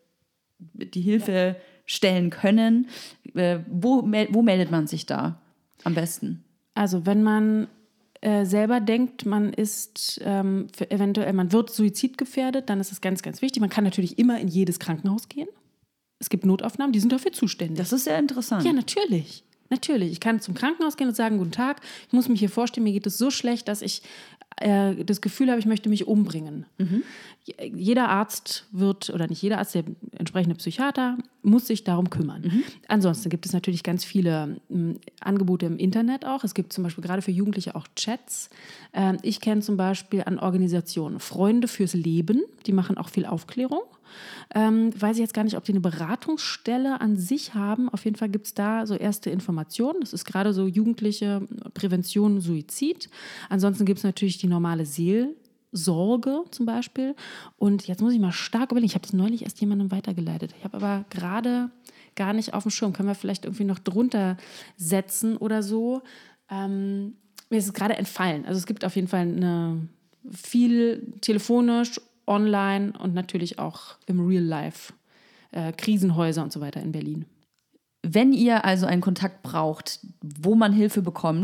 Hilfe stellen können. Wo meldet man sich da am besten? Also wenn man selber denkt, man ist eventuell, man wird suizidgefährdet, dann ist es ganz, ganz wichtig. Man kann natürlich immer in jedes Krankenhaus gehen. Es gibt Notaufnahmen, die sind dafür zuständig. Das ist sehr interessant. Ja, natürlich. Natürlich. Ich kann zum Krankenhaus gehen und sagen, guten Tag, ich muss mich hier vorstellen, mir geht es so schlecht, dass ich das Gefühl habe, ich möchte mich umbringen. Mhm. Jeder Arzt oder nicht jeder Arzt, der entsprechende Psychiater, muss sich darum kümmern. Mhm. Ansonsten gibt es natürlich ganz viele Angebote im Internet auch. Es gibt zum Beispiel gerade für Jugendliche auch Chats. Ich kenne zum Beispiel an Organisationen Freunde fürs Leben, die machen auch viel Aufklärung. Weiß ich jetzt gar nicht, ob die eine Beratungsstelle an sich haben. Auf jeden Fall gibt es da so erste Informationen. Das ist gerade so jugendliche Prävention, Suizid. Ansonsten gibt es natürlich die normale Seelsorge zum Beispiel. Und jetzt muss ich mal stark überlegen. Ich habe das neulich erst jemandem weitergeleitet. Ich habe aber gerade gar nicht auf dem Schirm. Können wir vielleicht irgendwie noch drunter setzen oder so? Mir ist es gerade entfallen. Also es gibt auf jeden Fall viel telefonisch, online und natürlich auch im Real Life, Krisenhäuser und so weiter in Berlin. Wenn ihr also einen Kontakt braucht, wo man Hilfe bekommen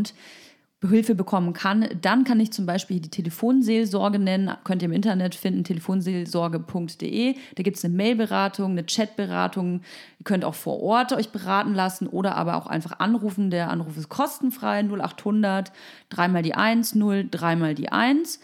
kann, dann kann ich zum Beispiel die Telefonseelsorge nennen, könnt ihr im Internet finden, telefonseelsorge.de. Da gibt es eine Mailberatung, eine Chatberatung. Ihr könnt auch vor Ort euch beraten lassen oder aber auch einfach anrufen. Der Anruf ist kostenfrei, 0800 3 die 1, 0 3 die 1.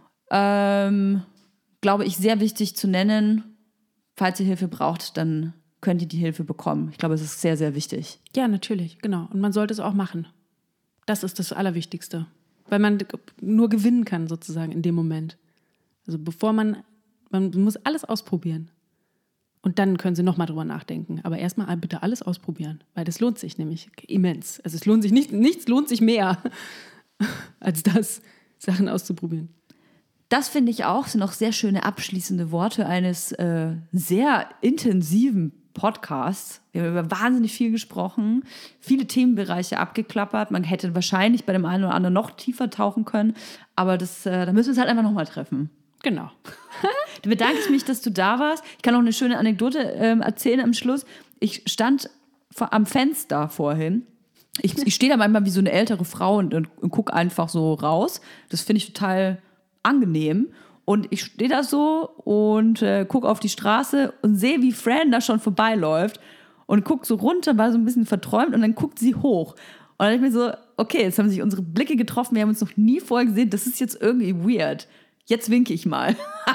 Glaube ich, sehr wichtig zu nennen. Falls ihr Hilfe braucht, dann könnt ihr die Hilfe bekommen. Ich glaube, es ist sehr, sehr wichtig. Ja, natürlich, genau. Und man sollte es auch machen. Das ist das Allerwichtigste. Weil man nur gewinnen kann, sozusagen, in dem Moment. Also bevor man muss alles ausprobieren. Und dann können Sie nochmal drüber nachdenken. Aber erstmal bitte alles ausprobieren. Weil das lohnt sich nämlich immens. Also es lohnt sich nichts lohnt sich mehr, als das, Sachen auszuprobieren. Das finde ich auch, sind auch sehr schöne abschließende Worte eines sehr intensiven Podcasts. Wir haben über wahnsinnig viel gesprochen, viele Themenbereiche abgeklappert. Man hätte wahrscheinlich bei dem einen oder anderen noch tiefer tauchen können, aber da müssen wir uns halt einfach nochmal treffen. Genau. Da bedanke ich mich, dass du da warst. Ich kann noch eine schöne Anekdote erzählen am Schluss. Ich stand am Fenster vorhin. Ich stehe da manchmal wie so eine ältere Frau und gucke einfach so raus. Das finde ich total angenehm. Und ich stehe da so und gucke auf die Straße und sehe, wie Fran da schon vorbeiläuft und guckt so runter, war so ein bisschen verträumt und dann guckt sie hoch. Und dann dachte ich mir so, okay, jetzt haben sich unsere Blicke getroffen, wir haben uns noch nie vorher gesehen, das ist jetzt irgendwie weird. Jetzt winke ich mal.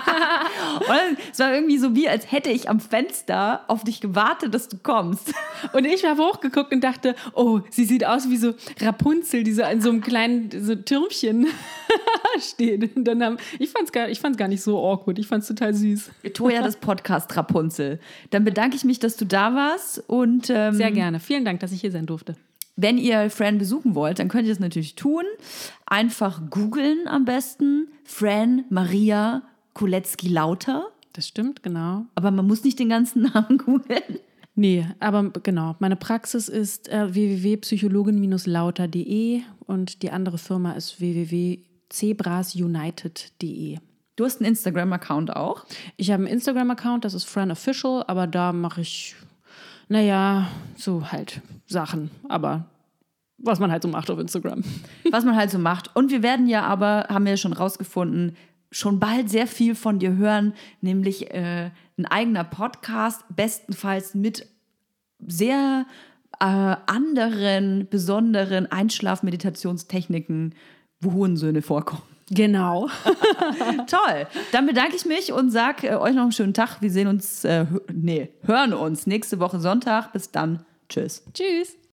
Und es war irgendwie so, wie als hätte ich am Fenster auf dich gewartet, dass du kommst. Und ich habe hochgeguckt und dachte, oh, sie sieht aus wie so Rapunzel, die so an so einem kleinen so Türmchen steht. Und dann ich fand's gar nicht so awkward, ich fand's total süß. Toja, das Podcast Rapunzel. Dann bedanke ich mich, dass du da warst. Und, sehr gerne. Vielen Dank, dass ich hier sein durfte. Wenn ihr Fran besuchen wollt, dann könnt ihr das natürlich tun. Einfach googeln am besten. Fran Maria Koletzki-Lauter. Das stimmt, genau. Aber man muss nicht den ganzen Namen googeln. Nee, aber genau. Meine Praxis ist www.psychologin-lauter.de und die andere Firma ist www.zebrasunited.de. Du hast einen Instagram-Account auch? Ich habe einen Instagram-Account, das ist Fran Official, aber da mache ich, so halt Sachen. Aber was man halt so macht auf Instagram. Was man halt so macht. Und wir werden ja aber, haben wir ja schon rausgefunden, schon bald sehr viel von dir hören, nämlich ein eigener Podcast, bestenfalls mit sehr anderen, besonderen Einschlaf-Meditationstechniken, wo Hurensöhne vorkommen. Genau. Toll. Dann bedanke ich mich und sage euch noch einen schönen Tag. Wir sehen uns, hören uns nächste Woche Sonntag. Bis dann. Tschüss. Tschüss.